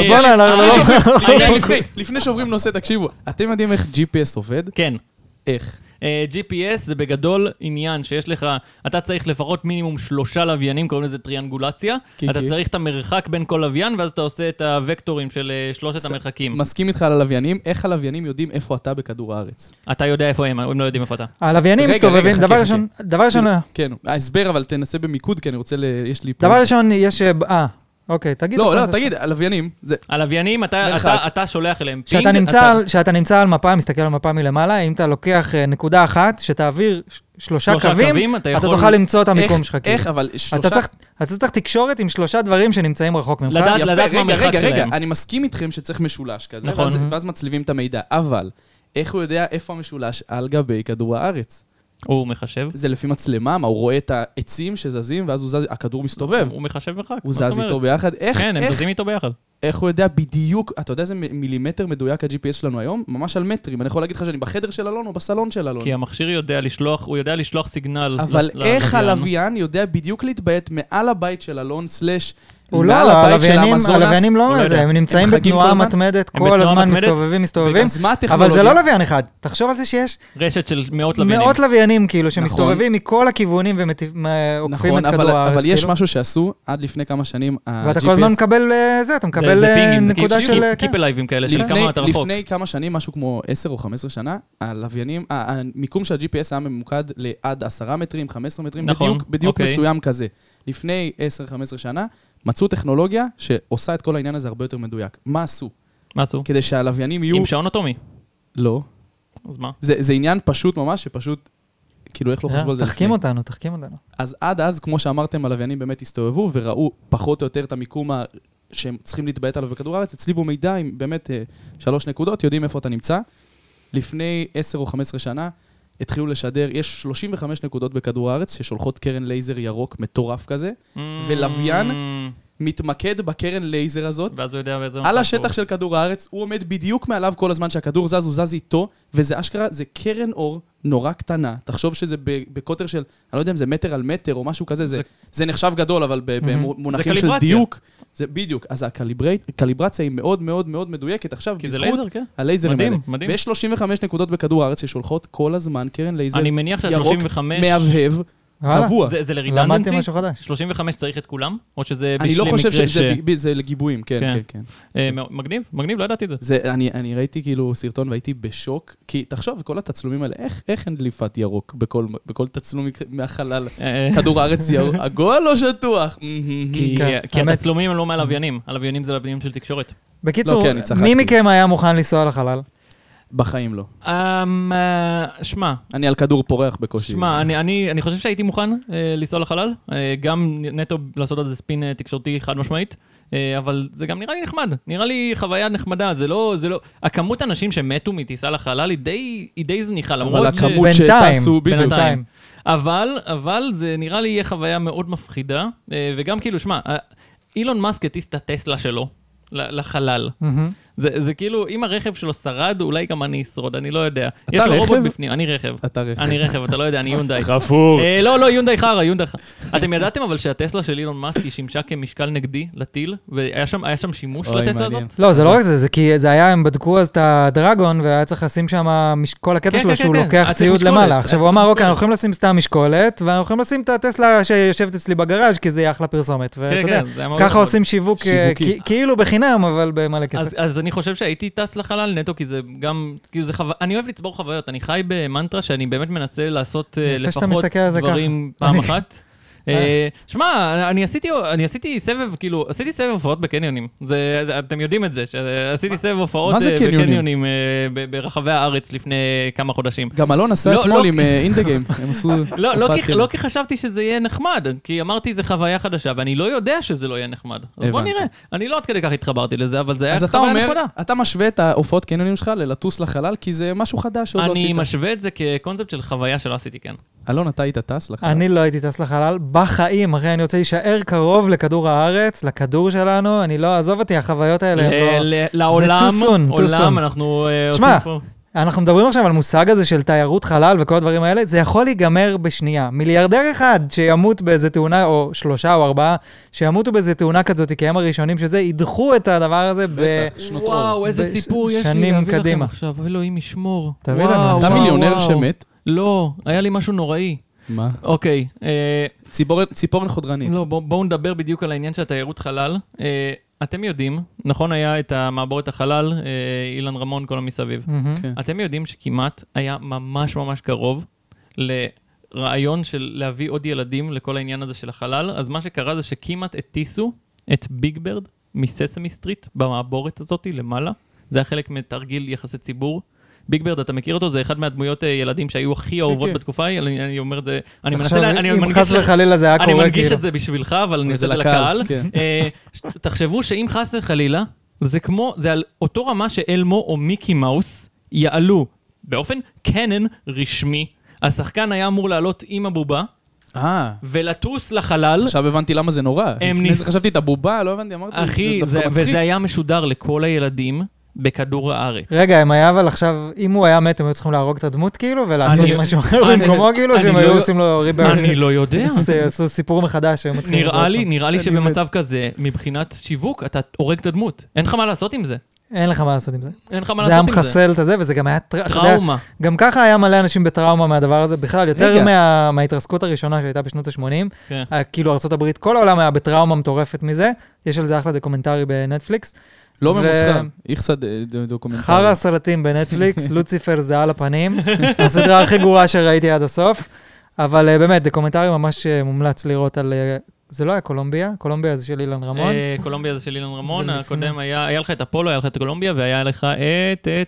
לפני שעוברים נושא, תקשיבו, אתם יודעים איך GPS עובד? כן. איך? GPS זה בגדול עניין שיש לך, אתה צריך לפחות מינימום 3 לוויינים, קוראים לזה טריאנגולציה, אתה צריך את המרחק בין כל לוויין, ואז אתה עושה את הוקטורים של 3 המרחקים. מסכים איתך על הלוויינים, איך הלוויינים יודעים איפה אתה בכדור הארץ? אתה יודע איפה הם לא יודעים איפה אתה. הלוויינים מסתובבים, דבר ראשון... כן, ההסבר, אבל תנסה במיקוד, כי אני רוצה, יש לי... דבר ראשון, יש... אוקיי, תגיד. לא, תגיד, הלוויינים. הלוויינים, אתה שולח אליהם פינג. כשאתה נמצא על מפה, מסתכל על מפה מלמעלה, אם אתה לוקח נקודה אחת, שתעביר 3 קווים, אתה תוכל למצוא את המיקום שלך. איך, אבל 3... אתה צריך תקשורת עם 3 דברים שנמצאים רחוק ממך. לדעת מה המרחק שלהם. רגע, אני מסכים איתכם שצריך משולש כזה, ואז מצליבים את המידע, אבל איך הוא יודע איפה המשולש על גבי כדור הארץ? הוא מחשב. זה לפי מצלמה, מה, הוא רואה את העצים שזזים, ואז הכדור מסתובב. הוא מחשב מרחק. הוא זז איתו ביחד. כן, הם זזים איתו ביחד. איך הוא יודע בדיוק, אתה יודע איזה מילימטר מדויק ה-GPS שלנו היום? ממש על מטרים. אני יכול להגיד לך שאני בחדר של אלון או בסלון של אלון. כי המכשיר הוא יודע לשלוח סיגנל. אבל איך הלוויין יודע בדיוק להתביית מעל הבית של אלון סלש... הוא לא, הלוויינים לא מזה, הם נמצאים בתנועה מתמדת, כל הזמן מסתובבים, אבל זה לא לוויין אחד. תחשוב על זה שיש רשת של מאות לוויינים. מאות לוויינים, כאילו, שמסתובבים מכל הכיוונים ועוקפים את כדור הארץ. אבל יש משהו שעשו עד לפני כמה שנים, ואתה כל הזמן מקבל זה, אתה מקבל נקודה של... קיפלייבים כאלה, של כמה אתה רחוק. לפני כמה שנים, משהו כמו 10 או 15 שנה, הלוויינים, המיקום של ה-GPS היה ממוקד לעד 10 מטרים, 15 מטרים, בדיוק מסוים כזה. לפני 10-15 שנה, מצאו טכנולוגיה שעושה את כל העניין הזה הרבה יותר מדויק. מה עשו? מה עשו? כדי שהלוויינים יהיו... עם שעון אטומי. לא. אז מה? זה עניין פשוט ממש, שפשוט, כאילו איך לא חשבו על זה? תחכים אותנו. אז עד אז, כמו שאמרתם, הלוויינים באמת הסתובבו, וראו פחות או יותר את המיקום שהם צריכים להתבעט עליו בכדור הארץ, הצליבו מידע עם באמת 3 נקודות, יודעים איפה אתה נמצא. לפני 10 או 15 שנה, התחילו לשדר, יש 35 נקודות בכדור הארץ, ששולחות קרן לייזר ירוק מטורף כזה, ולוויין מתמקד בקרן לייזר הזאת, ואז הוא יודע באיזה על השטח של כדור הארץ, הוא עומד בדיוק מעליו כל הזמן שהכדור זז, הוא זז איתו, וזה אשכרה, זה קרן אור נורא קטנה. תחשוב שזה בקוטר של, אני לא יודע אם זה מטר על מטר או משהו כזה, זה נחשב גדול, אבל במונחים של דיוק, זה בדיוק. אז הקליברציה היא מאוד מאוד מאוד מדויקת. עכשיו, בזכות הלייזרים האלה. ויש 35 נקודות בכדור הארץ ששולחות כל הזמן קרן לייזר ירוק, מהבהב, קבוע. זה לרידנדנסי? למדתי משהו חדש. 35 צריך את כולם? או שזה אני לא חושב שזה לגיבויים, כן, כן. מגניב, מגניב, לא ידעתי את זה. אני ראיתי כאילו סרטון והייתי בשוק, כי תחשוב, כל התצלומים האלה, איך אין דליפת ירוק בכל תצלום מהחלל? כדור הארץ עגול או שטוח? כי התצלומים הם לא מהלוויינים. הלוויינים זה לוויינים של תקשורת. בקיצור, מי מכם היה מוכן לנסוע לחלל? בחיים לא. שמע. אני על כדור פורח בקושי. שמע, אני חושב שהייתי מוכן לנסוע לחלל, גם נטו לעשות על זה ספין תקשורתי חד משמעית, אבל זה גם נראה לי נחמד, נראה לי חוויה נחמדה, זה לא, הכמות האנשים שמתו מטיסה לחלל היא די זניחה, אבל הכמות שטסו בינתיים. אבל זה נראה לי יהיה חוויה מאוד מפחידה, וגם כאילו, שמע, אילון מאסק הטיס את הטסלה שלו לחלל. זה כאילו, אם הרכב שלו שרד, אולי גם אני אשרוד, אני לא יודע. אתה רכב? יש לו רובוט בפנים, אני רכב. אתה רכב. אני רכב, אתה לא יודע, אני יונדאי. חפור. לא, יונדאי חרה, יונדאי חרה. אתם ידעתם אבל שהטסלה של אילון מאסק היא שימשה כמשקל נגדי לטיל, והיה שם שימוש לטסלה הזאת? לא, זה לא רק זה, זה כי זה היה, הם בדקו אז את הדרגון, והיה צריך לשים שם כל הקטע שלו שהוא לוקח ציוד למעלה. עכשיו הוא אמר, אוקיי, אנחנו יכולים לשים סתם משקולת, ואנחנו יכולים לשים את הטסלה שיושבת אצלי בגראז' כי זה יהיה אחלה פרסומת. ואתה יודע, ככה עושים שיווק כאילו בחינם, אבל במלא כסף. אז אני חושב שהייתי טס לחלל נטו, כי זה גם, אני אוהב לצבור חוויות, אני חי במנטרה שאני באמת מנסה לעשות לפחות דברים פעם אחת. שמע, אני עשיתי סבב, כאילו, עשיתי סבב הופעות בקניונים. אתם יודעים את זה, שעשיתי סבב הופעות בקניונים ברחבי הארץ לפני כמה חודשים. גם אלון עשה אתמול עם אינדגיים. לא כי חשבתי שזה יהיה נחמד, כי אמרתי זה חוויה חדשה, ואני לא יודע שזה לא יהיה נחמד. אז בוא נראה. אני לא עד כדי כך התחברתי לזה, אבל זה היה חוויה נכבדה. אז אתה אומר, אתה משווה את ההופעות קניונים שלך ללטוס לחלל, כי זה משהו חדש שעוד לא עשית. אני משווה את זה כקונספט של חוויה שלא עשיתי, כן. אלון, אתה היית טס לחלל? אני לא הייתי טס לחלל. בחיים, אחרי אני רוצה להישאר קרוב לכדור הארץ, לכדור שלנו, אני לא, עזוב אותי, החוויות האלה, לעולם, זה עולם, אנחנו עושים פה. אנחנו מדברים עכשיו על מושג הזה של תיירות חלל וכל הדברים האלה, זה יכול להיגמר בשנייה. מיליארדר אחד שימות באיזה תאונה, או 3 או 4, שימותו באיזה תאונה כזאת, כי הם הראשונים שזה, ידחו את הדבר הזה בשנות אור. וואו, איזה סיפור יש לי להביא לכם עכשיו. אלוהים ישמור. תביא לנו. אתה מיליונר שמת? לא, היה לי משהו נוראי. מה? אוקיי. ציפורן חודרנית. לא, בואו נדבר בדיוק על העניין של התיירות חלל. אתם יודעים, נכון היה את המעבורת החלל, אילן רמון, כל המסביב. אתם יודעים שכמעט היה ממש ממש קרוב לרעיון של להביא עוד ילדים לכל העניין הזה של החלל. אז מה שקרה זה שכמעט הטיסו את ביג ברד מססמי סטריט במעבורת הזאת למעלה. זה היה חלק מתרגיל יחסי ציבור. ביג ברד, אתה מכיר אותו? זה אחד מהדמויות ילדים שהיו הכי אהובות בתקופה. אני אומר את זה, אני מנסה, אם חס וחלילה זה היה קורה, אני מנגיש את זה בשבילך, אבל אני עושה את זה לקהל. תחשבו שאם חס וחלילה, זה על אותו רמה שאלמו או מיקי מאוס יעלו באופן קנן רשמי. השחקן היה אמור לעלות עם הבובה, ולטוס לחלל. עכשיו הבנתי למה זה נורא. חשבתי את הבובה, לא הבנתי, אמרתי, אחי, וזה היה משודר לכל הילדים. בכדור הארץ. רגע, הם היה אבל עכשיו, אם הוא היה מת, הם היו צריכים להרוג את הדמות כאילו, ולעשות משהו אחר במקומו כאילו, שהם היו עושים לו ריבר. אני לא יודע. עשו סיפור מחדש. נראה לי שבמצב כזה, מבחינת שיווק, אתה הורג את הדמות. אין לך מה לעשות עם זה. אין לך מה לעשות עם זה. אין לך מה לעשות עם זה. זה היה מחסל את זה, וזה גם היה טראומה. גם ככה היה מלא אנשים בטראומה מהדבר הזה, בכלל יותר מההתרסקות הראשונה שהייתה בשנות ה-80. כאילו ארצות הברית, כל העולם היה בטראומה מטורפת מזה. יש על זה אחלה דוקומנטרי בנטפליקס. לא ממוסכם, איכסה דוקומנטרי. חרא סרטים בנטפליקס, לוציפר זה על הפנים, הסדרה הכי גרועה שראיתי עד הסוף, אבל באמת, דוקומנטרי ממש מומלץ לראות על, זה לא היה קולומביה, קולומביה זה של אילן רמון. קולומביה זה של אילן רמון, הקודם היה לך את אפולו, היה לך את קולומביה, והיה לך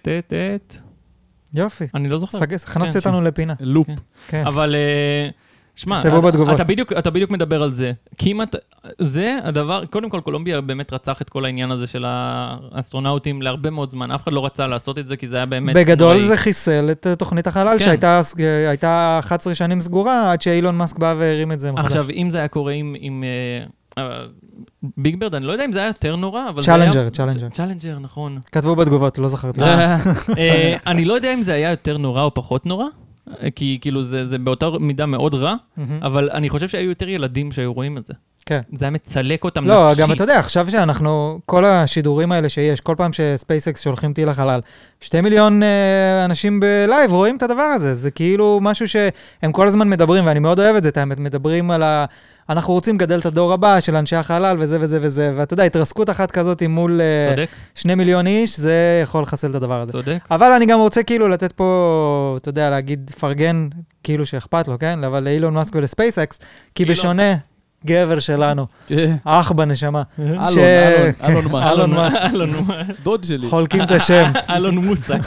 את... יופי. אני לא זוכר. הכנסת אותנו לפינה. לופ. אבל... שמע, תכתבו בתגובות. אתה בדיוק מדבר על זה. כמעט, זה הדבר, קודם כל, קולומביה באמת רצח את כל העניין הזה של האסטרונאוטים להרבה מאוד זמן. אף אחד לא רצה לעשות את זה, כי זה היה באמת... בגדול זה חיסל את תוכנית החלל, שהייתה 11 שנים סגורה, עד שאילון מאסק בא והרים את זה מחדש. עכשיו, אם זה היה קורה עם ביג ברד, אני לא יודע אם זה היה יותר נורא, אבל זה היה... צ'לנג'ר, נכון. כתבו בתגובות, לא זכרתי. אני לא יודע אם זה היה יותר נורא או פחות נורא, כי כאילו זה באותה מידה מאוד רע, אבל אני חושב שהיו יותר ילדים שהיו רואים את זה. כן. זה היה מצלק אותם נפשית. לא, גם אתה יודע, עכשיו שאנחנו, כל השידורים האלה שיש, כל פעם שספייסקס שולחים טיל לחלל, 2 מיליון אנשים בלייב רואים את הדבר הזה. זה כאילו משהו שהם כל הזמן מדברים, ואני מאוד אוהב את זה, מדברים על אנחנו רוצים לגדל את הדור הבא של אנשי החלל וזה וזה וזה, ואתה יודע, התרסקות אחת כזאת מול 2 מיליון איש, זה יכול לחסל את הדבר הזה. צודק. אבל אני גם רוצה כאילו לתת פה, אתה יודע, להגיד פרגן, כאילו שאכפת לו, כן? אבל לאילון מאסק ולספייסקס, כי בשונה... גבר שלנו, אח בנשמה. אלון מאסק. דוד שלי. חולקים את השם. אלון מוסק.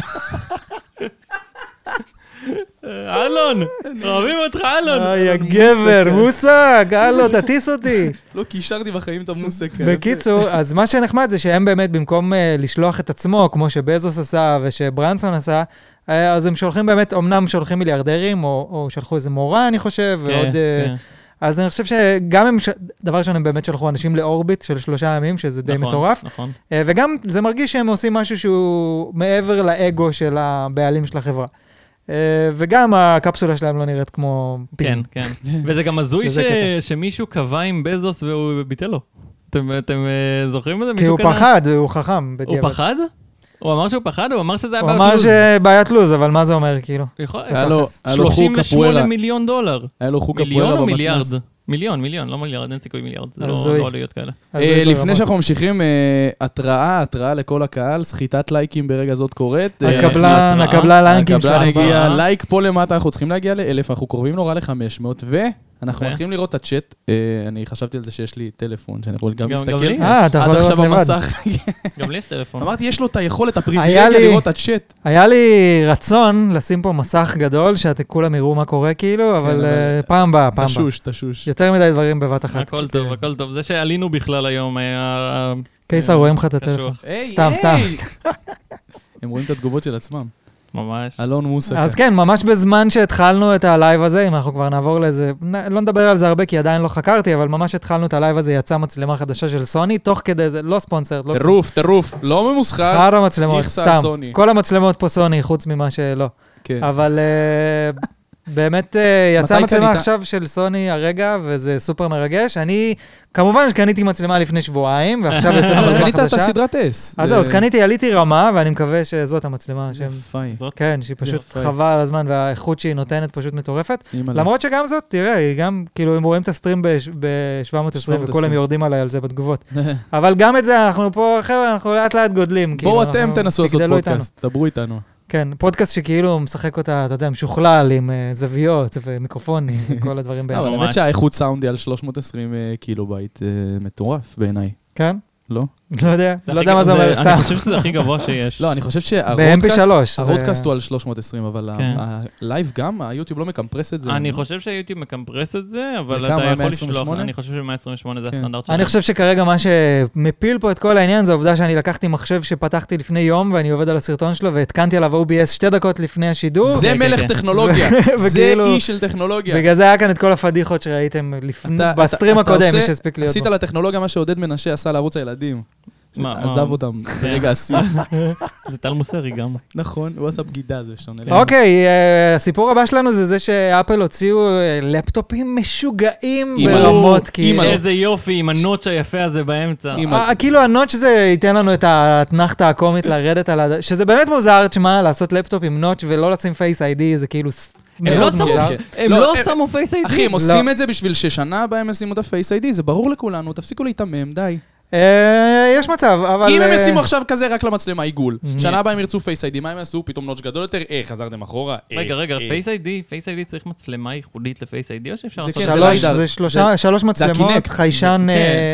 אלון, אוהבים אותך אלון. יא גבר, מוסק, אלון, תטיס אותי. לא קישרתי בחיים את המוסק. בקיצור, אז מה שנחמד זה שהם באמת במקום לשלוח את עצמו, כמו שבזוס עשה ושברנסון עשה, אז הם שולחים באמת, אמנם שולחים מיליארדרים, או שלחו איזה מורה, אני חושב, ועוד... אז אני חושב שגם הם, דבר ראשון, הם באמת שלחו אנשים לאורביט של 3 ימים, שזה די מטורף. נכון. וגם זה מרגיש שהם עושים משהו שהוא מעבר לאגו של הבעלים של החברה. וגם הקפסולה שלהם לא נראית כמו פין. כן, כן. וזה גם הזוי שמישהו קבע עם בזוס והוא ביטל לו. אתם זוכרים את זה? כי הוא פחד, הוא חכם. הוא פחד? הוא אמר שהוא פחד? הוא אמר שזה היה בעיית לוז? הוא אמר שבעיית לוז, אבל מה זה אומר, כאילו? היה לו 38 מיליון דולר. היה לו חוק מיליון או מיליארד? מיליון, לא מיליארד, אין סיכוי מיליארד. זה לא עלויות כאלה. לפני שאנחנו ממשיכים, התראה לכל הקהל, סחיטת לייקים ברגע זאת קורית. הקבלה לייקים הקבלה הגיע, לייק פה למטה, אנחנו צריכים להגיע ל1,000, אנחנו קרובים נורא ל500, אנחנו מתחילים לראות את הצ'אט, אני חשבתי על זה שיש לי טלפון, שאני יכול גם להסתכל. אתה יכול לראות לבד. גם לי יש טלפון. אמרתי, יש לו את היכולת, הפריבילגיה לראות את הצ'אט. היה לי רצון לשים פה מסך גדול, שאתם כולם יראו מה קורה כאילו, אבל פעם באה. תשוש. יותר מדי דברים בבת אחת. הכל טוב. זה שעלינו בכלל היום היה... קיסר, רואים לך את הטלפון. סתם. הם רואים את התגובות של עצמם. ממש. אלון מוסק. אז כן, ממש בזמן שהתחלנו את הלייב הזה, אם אנחנו כבר נעבור לאיזה, לא נדבר על זה הרבה כי עדיין לא חקרתי, אבל ממש התחלנו את הלייב הזה, יצאה מצלמה חדשה של סוני, תוך כדי זה, לא ספונסר. טירוף, לא ממוסחר. חר המצלמות, סתם. כל המצלמות פה סוני, חוץ ממה שלא. אבל באמת יצאה מצלמה עכשיו של סוני הרגע, וזה סופר מרגש. אני, כמובן שקניתי מצלמה לפני שבועיים, ועכשיו יצאנו מצלמה חדשה. אבל קנית את הסדרת S. אז זהו, אז קניתי, עליתי רמה, ואני מקווה שזאת המצלמה. כן, שהיא פשוט חבל על הזמן, והאיכות שהיא נותנת פשוט מטורפת. למרות שגם זאת, תראה, היא גם, כאילו, הם רואים את הסטרים ב-720, וכולם יורדים עליי על זה בתגובות. אבל גם את זה, אנחנו פה, חבר'ה, אנחנו לאט לאט גודלים. בואו אתם תנסו לעשות פודקאסט, דברו איתנו. כן, פודקאסט שכאילו משחק אותה, אתה יודע, משוכלל עם זוויות ומיקרופונים וכל הדברים ביחד. אבל האמת שהאיכות סאונדי על 320 קילו בייט מטורף בעיניי. כן? לא? לא יודע מה זה אומר, סתם. אני חושב שזה הכי גבוה שיש. לא, אני חושב שהרודקאסט הוא על 320, אבל הלייב גם, היוטיוב לא מקמפרס את זה. אני חושב שהיוטיוב מקמפרס את זה, אבל אתה יכול לשלוח, אני חושב ש128 זה הסטנדרט שלנו. אני חושב שכרגע מה שמפיל פה את כל העניין, זה העובדה שאני לקחתי מחשב שפתחתי לפני יום, ואני עובד על הסרטון שלו, והתקנתי עליו OBS 2 דקות לפני השידור. זה מלך טכנולוגיה, זה אי של טכנולוגיה. בגלל זה היה כאן את כל הפדיחות שראיתם בסטרים הקודם, מי שהספיק להיות. עשית לטכנולוגיה מה שעודד מנשה עשה לערוץ הילדים. עזב אותם ברגע השיא. זה טל מוסרי גם. נכון, הוא עשה בגידה, זה שונה. אוקיי, הסיפור הבא שלנו זה שאפל הוציאו לפטופים משוגעים ברמות. איזה יופי, עם הנוטש היפה הזה באמצע. כאילו הנוטש זה ייתן לנו את התנחתה הקומית לרדת על ה... שזה באמת מוזר, תשמע, לעשות לפטופ עם נוטש ולא לשים פייס איי-די, זה כאילו... הם לא שמו פייס איי-די. אחי, הם עושים את זה בשביל ששנה הבאה הם ישימו את הפייס איי-די, זה ברור לכולנו, תפסיקו להתאמם, די. יש מצב, אבל... אם הם ישימו עכשיו כזה רק למצלמה עיגול, שנה הבאה הם ירצו Face ID, מה הם יעשו? פתאום נוטש גדול יותר, חזרתם אחורה. רגע, Face ID צריך מצלמה ייחודית ל-Face ID, או שאפשר לעשות? זה 3 מצלמות, חיישן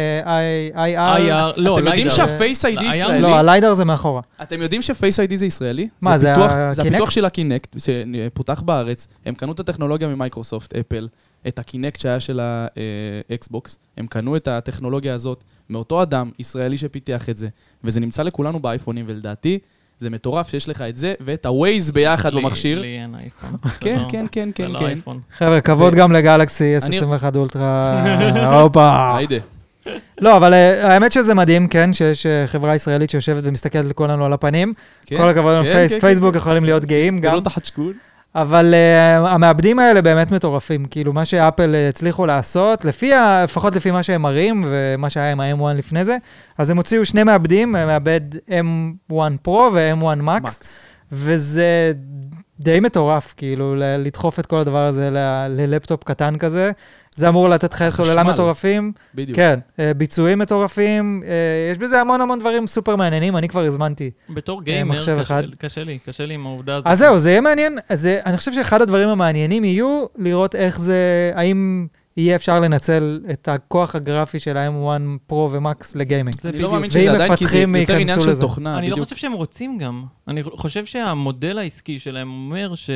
IR. לא, אתם יודעים שה-Face ID ישראלי? לא, הליידר זה מאחורה. אתם יודעים ש-Face ID זה ישראלי? מה, זה זה הפיתוח של הקינקט, שפותח בארץ. הם קנו את הטכנולוגיה ממייקרוסופט, אפל, את הקינקט שהיה של האקסבוקס. הם קנו את הטכנולוגיה הזאת מאותו אדם ישראלי שפיתח את זה, וזה נמצא לכולנו באייפונים, ולדעתי זה מטורף שיש לך את זה ואת הווייז ביחד במכשיר. לי אין אייפון. כן. זה לא אייפון. חבר'ה, כבוד גם לגלקסי S21 אולטרה. הופה. היידה. לא, אבל האמת שזה מדהים, כן, שיש חברה ישראלית שיושבת ומסתכלת לכולנו על הפנים. כל הכבוד, פייסבוק יכולים להיות גאים גם. זה לא תחת שקול. אבל המעבדים האלה באמת מטורפים. כאילו, מה שאפל הצליחו לעשות, לפחות לפי מה שהם מראים, ומה שהיה עם ה-M1 לפני זה, אז הם הוציאו 2 מעבדים, מעבד M1 Pro ו-M1 Max, וזה די מטורף, כאילו, לדחוף את כל הדבר הזה ללפטופ קטן כזה. זה אמור לתת חיי סוללה מטורפים. בדיוק. כן, ביצועים מטורפים. יש בזה המון דברים סופר מעניינים. אני כבר הזמנתי בתור גיימר, קשה לי עם העובדה הזאת. אז זהו, זה יהיה מעניין. אני חושב שאחד הדברים המעניינים יהיו לראות איך זה, האם יהיה אפשר לנצל את הכוח הגרפי של ה-M1 Pro ו-Max לגיימינג. אני לא מאמין שזה עדיין, כי זה יותר עניין של תוכנה. אני לא חושב שהם רוצים גם. אני חושב שהמודל העסקי שלהם אומר ש...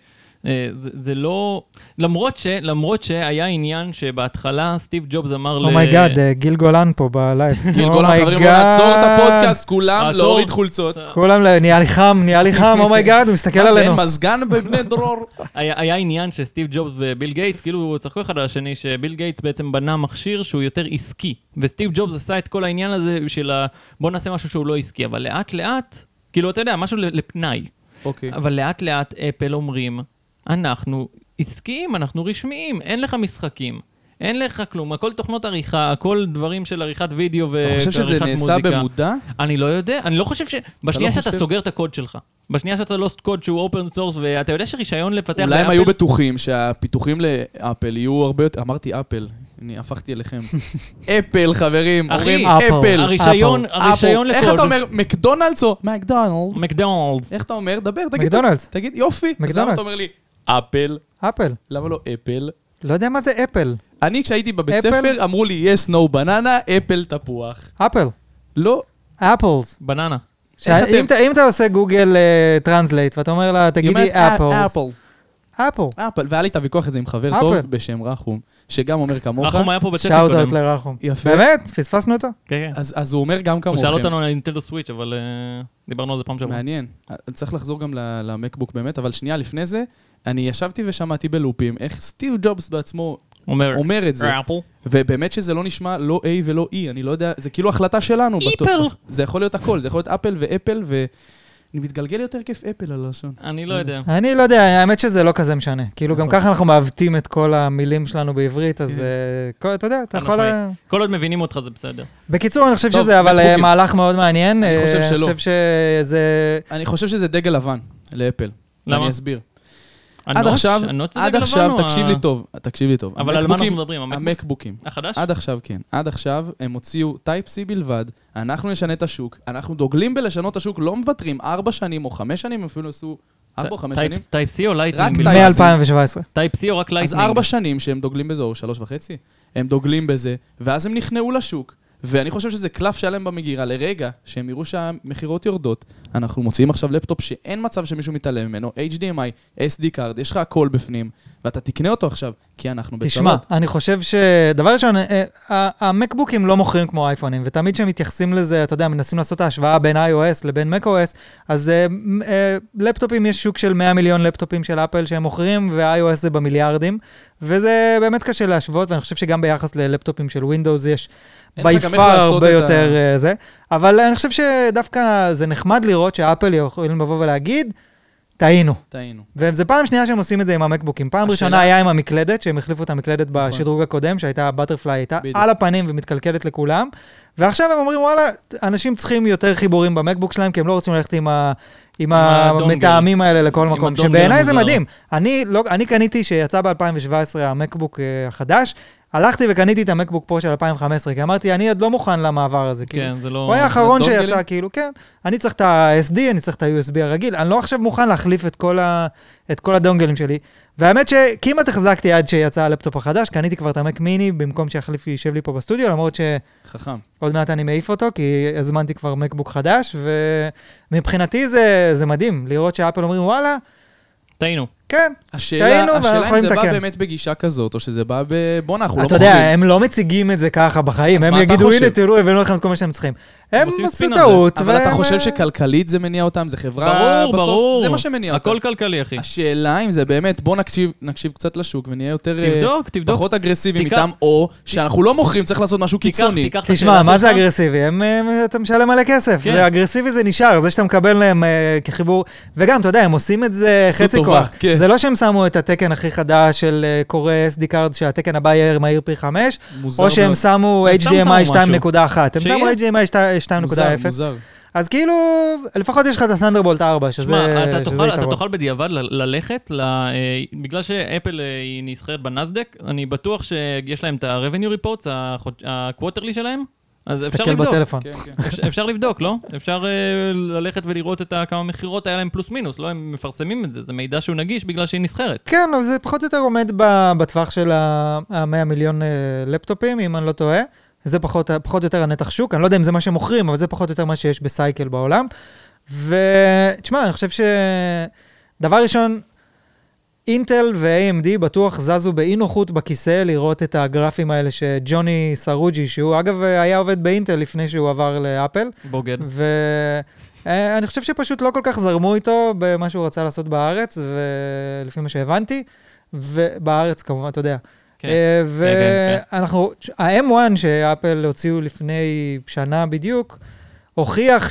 זה לא... למרות שהיה עניין שבהתחלה סטיב ג'ובס אמר אומייגאד, גיל גולן פה בלייב. גיל גולן, חברים, בוא נעצור את הפודקאסט, כולם להוריד חולצות. כולם, נהיה לי חם, אומייגאד, הוא מסתכל עלינו. מה זה, אין מזגן בבני דרור? היה עניין שסטיב ג'ובס וביל גייטס, כאילו צחקו אחד על השני, שביל גייטס בעצם בנה מכשיר שהוא יותר עסקי, וסטיב ג'ובס עשה את כל העניין הזה של בוא נעשה משהו שהוא לא עסקי, אבל לאט לאט, כאילו אתה יודע, משהו לפנאי. אבל לאט לאט אפל אומרים, אנחנו עסקיים, אנחנו רשמיים, אין לך משחקים, אין לך כלום, הכל תוכנות עריכה, הכל דברים של עריכת וידאו ועריכת מוזיקה. אתה חושב שזה נעשה במודע? אני לא יודע, אני לא חושב בשנייה שאתה סוגר את הקוד שלך, בשנייה שאתה לוסט קוד שהוא אופן סורס, ואתה יודע שרישיון לפתח לאפל... אולי הם היו בטוחים שהפיתוחים לאפל יהיו הרבה יותר... אמרתי אפל, אני הפכתי אליכם. אפל, חברים, אומרים אפל. הרישיון לקוד. איך אתה אומר, מקדונלדס או מקדונלדס? מקדונלדס. איך אתה אומר? דבר, תגיד. מקדונלדס. תגיד, יופי. אז למה אתה אומר לי, אפל? אפל. למה לא אפל? לא יודע מה זה אפל. אני, כשהייתי בבית ספר, אמרו לי, yes, no, בננה, אפל תפוח. אפל. לא. אפלס. בננה. אם אתה עושה גוגל טרנסלייט, ואתה אומר לה, תגידי אפלס. אפל. אפל. והיה לי את הוויכוח הזה עם חבר טוב בשם רחום, שגם אומר כמוך. רחום היה פה בצ'אט קודם. שאוט-אוט לרחום. יפה. באמת? פספסנו אותו? כן. אז הוא אומר גם כמוכם. הוא שאל אותנו על נינטנדו סוויץ', אבל דיברנו על זה פעם שעברה. מעניין. צריך לחזור גם למקבוק באמת, אבל שנייה לפני זה, אני ישבתי ושמעתי בלופים איך סטיב ג'ובס בעצמו אומר את זה. ובאמת שזה לא נשמע לא A ולא E, אני לא יודע, זה כאילו החלטה שלנו. אפל. זה יכול להיות הכל, זה יכול להיות אפל ואפל, ואני מתגלגל יותר כיף אפל על הלשון. אני לא יודע. אני לא יודע, האמת שזה לא כזה משנה. כאילו גם ככה אנחנו מעוותים את כל המילים שלנו בעברית, אז אתה יודע, אתה יכול... כל עוד מבינים אותך זה בסדר. בקיצור, אני חושב שזה אבל מהלך מאוד מעניין. אני חושב שלא. אני חושב שזה דגל לבן לאפל. למה? אני אסביר. עד עכשיו, תקשיב לי טוב. אבל על מה אנחנו מדברים? המקבוקים. החדש? עד עכשיו, כן. עד עכשיו הם הוציאו Type-C בלבד, אנחנו נשנה את השוק, אנחנו דוגלים בלשנות את השוק, לא מוותרים 4 שנים או 5 שנים, הם אפילו עשו 4 או 5 שנים. Type-C או לייטנינג? מ-2017. Type-C או רק לייטנינג? אז 4 שנים שהם דוגלים בזה, או 3.5, הם דוגלים בזה, ואז הם נכנעו לשוק. ואני חושב שזה קלף שלם במגירה, לרגע שהם יראו שהמחירות יורדות, אנחנו מוציאים עכשיו לפטופ שאין מצב שמישהו מתעלם ממנו, HDMI, SD card, יש לך הכל בפנים, ואתה תקנה אותו עכשיו, כי אנחנו בצרות. תשמע, אני חושב שדבר ראשון, המקבוקים לא מוכרים כמו אייפונים, ותמיד כשהם מתייחסים לזה, אתה יודע, מנסים לעשות ההשוואה בין iOS לבין macOS, אז לפטופים, יש שוק של 100 מיליון לפטופים של אפל שהם מוכרים, ו-iOS זה במיליארדים, וזה באמת קשה להשוות, ואני חושב שגם ביחס ללפטופים של Windows יש ביפר הרבה יותר זה, אבל אני חושב שדווקא זה נחמד לראות שאפל יכולים לבוא ולהגיד, טעינו. וזה פעם שנייה שהם עושים את זה עם המקבוקים. פעם ראשונה היה עם המקלדת, שהם החליפו את המקלדת בשדרוג הקודם, שהייתה הבטרפליי, הייתה על הפנים ומתקלקלת לכולם, ועכשיו הם אומרים, וואלה, אנשים צריכים יותר חיבורים במקבוק שלהם, כי הם לא רוצים ללכת עם המתאמים האלה לכל מקום, שבעיניי זה מדהים. אני קניתי שיצא ב-2017 המקבוק החדש, הלכתי וקניתי את המקבוק פרו של 2015, כי אמרתי, אני עוד לא מוכן למעבר הזה. כן, זה לא... הוא היה האחרון שיצא, כאילו, כן. אני צריך את ה-SD, אני צריך את ה-USB הרגיל, אני לא עכשיו מוכן להחליף את כל הדונגלים שלי. והאמת שכמעט החזקתי עד שיצא הלפטופ החדש, קניתי כבר את המק מיני, במקום שיחליף יישב לי פה בסטודיו, למרות חכם. עוד מעט אני מעיף אותו, כי הזמנתי כבר מקבוק חדש, ומבחינתי זה מדהים, לראות שאפל אומרים, וואלה, טעינו. כן, השאלה אם זה בא באמת בגישה כזאת, או שזה בא בוא אנחנו לא מוכרים. אתה יודע, הם לא מציגים את זה ככה בחיים, הם יגידו, הנה תראו, הבאנו לכם את כל מה שאתם צריכים. הם עשו טעות. אבל אתה חושב שכלכלית זה מניע אותם, זה חברה בסוף, זה מה שמניע אותם. הכל כלכלי, אחי. השאלה אם זה באמת, בוא נקשיב קצת לשוק ונהיה יותר פחות אגרסיביים איתם, או שאנחנו לא מוכרים, צריך לעשות משהו קיצוני. תשמע, מה זה אגרסיבי? אתה משלם מלא כסף. זה אגרסיבי, זה נשאר, זה שאתה מקבל להם כחיבור, וגם, אתה יודע, הם עושים את זה חצי כוח. זה לא שהם שמו את התקן הכי חדש של קורא SD card, שהתקן הבא יהיה מהיר פי 5, או שהם שמו HDMI 2.1. הם שמו HDMI 2.0. אז כאילו, לפחות יש לך את ה-Thunderbolt 4, שזה יתרון. אתה תוכל בדיעבד ללכת, בגלל שאפל היא נסחרת בנסדק, אני בטוח שיש להם את ה-Revenue Reports, הקווטרלי שלהם, אז אפשר לבדוק. בטלפון. אפשר לבדוק, לא? אפשר ללכת ולראות את כמה מחירות היה להם פלוס מינוס, לא? הם מפרסמים את זה, זה מידע שהוא נגיש בגלל שהיא נסחרת. כן, אבל זה פחות או יותר עומד בטווח של ה-100 מיליון לפטופים, אם אני לא טועה. זה פחות או יותר הנתח שוק, אני לא יודע אם זה מה שמוכרים, אבל זה פחות או יותר מה שיש בסייקל בעולם. ותשמע, אני חושב שדבר ראשון, אינטל ו-AMD בטוח זזו באי נוחות בכיסא לראות את הגרפים האלה שג'וני סרוג'י, שהוא אגב היה עובד באינטל לפני שהוא עבר לאפל. בוגד. ואני חושב שפשוט לא כל כך זרמו איתו במה שהוא רצה לעשות בארץ, ולפי מה שהבנתי, ובארץ כמובן, אתה יודע. ואנחנו, ה-M1 שאפל הוציאו לפני שנה בדיוק, הוכיח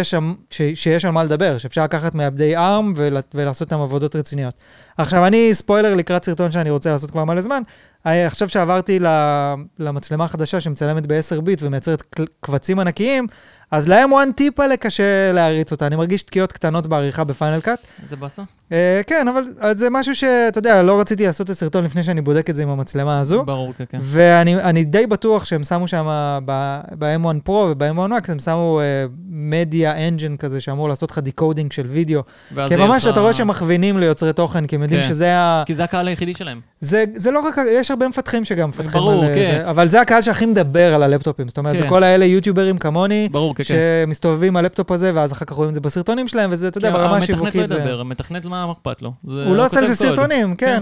שיש על מה לדבר, שאפשר לקחת מעבדי ARM ולעשות אותם עבודות רציניות. עכשיו, אני ספוילר לקראת סרטון שאני רוצה לעשות כבר מלא זמן, עכשיו שעברתי למצלמה החדשה שמצלמת ב-10 ביט ומייצרת קבצים ענקיים, אז ל-M1 טיפה לקשה להריץ אותה. אני מרגיש תקיעות קטנות בעריכה בפיינל קאט. זה בסה? כן, אבל זה משהו שאתה יודע, לא רציתי לעשות את הסרטון לפני שאני בודק את זה עם המצלמה הזו. ברור, כן. ואני די בטוח שהם שמו שם ב-M1 Pro וב-M1 Max, הם שמו מדיה אנג'ן כזה שאמור לעשות לך דיקודינג של וידאו. כי ממש אתה רואה שהם מכווינים ליוצרי תוכן, כי הם יודעים שזה כי זה הקהל היחידי שלהם. זה לא רק, יש הרבה מפתחים שגם מפתחים על זה, אבל זה הקהל שהכי מדבר על הלפטופים. זאת אומרת, זה כל האלה יוטיוברים כמוני, שמסתובבים על הלפטופ הזה, ואז אחר כך רואים את זה בסרטונים שלהם, וזה, אתה יודע, ברמה השיווקית זה... המתכנת מה אכפת לו? הוא לא עושה לזה סרטונים, כן,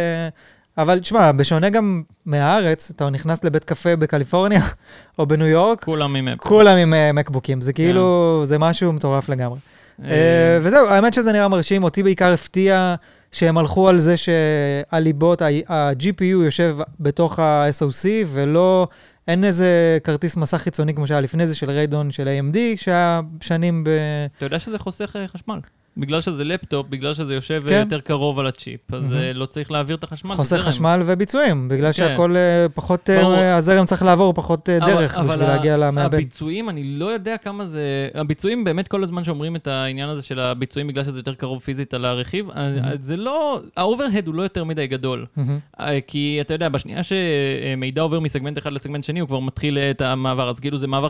אבל תשמע, בשונה גם מהארץ, אתה נכנס לבית קפה בקליפורניה, או בניו יורק, כולם עם מקבוקים, זה כאילו, זה משהו מטורף לגמרי. וזהו, האמת שזה נראה מרשים, אותי בעיקר הפתיע שהם הלכו על זה שהליבות, ה-GPU יושב בתוך ה-SOC, ולא, אין איזה כרטיס מסך חיצוני כמו שהיה לפני זה של ריידון של AMD, שהיה שנים אתה יודע שזה חוסך חשמל. בגלל שזה לפטופ, בגלל שזה יושב יותר קרוב על הצ'יפ, אז לא צריך להעביר את החשמל. חוסך חשמל וביצועים, בגלל שהכל פחות, הזרם צריך לעבור פחות דרך בשביל להגיע למעבד. הביצועים, אני לא יודע כמה זה, הביצועים באמת כל הזמן שאומרים את העניין הזה של הביצועים, בגלל שזה יותר קרוב פיזית על הרכיב, זה לא, האוברהד הוא לא יותר מדי גדול. כי אתה יודע, בשנייה שמידע עובר מסגמנט אחד לסגמנט שני, הוא כבר מתחיל את המעבר, אז כאילו זה מעבר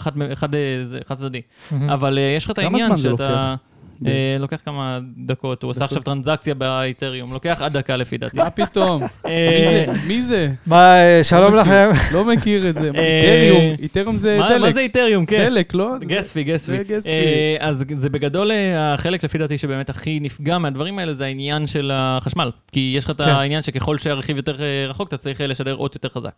חד צדדי. אבל יש לך את העניין שאתה... לוקח כמה דקות, הוא עושה עכשיו טרנזקציה באיתריום, לוקח עד דקה לפי דעתי. מה פתאום? מי זה? שלום לכם. לא מכיר את זה. איתריום זה דלק. מה זה איתריום? כן. דלק, לא? גספי. אז זה בגדול החלק לפי דעתי שבאמת הכי נפגע מהדברים האלה, זה העניין של החשמל. כי יש לך את העניין שככל שהרכיב יותר רחוק, אתה צריך לשדר עוד יותר חזק.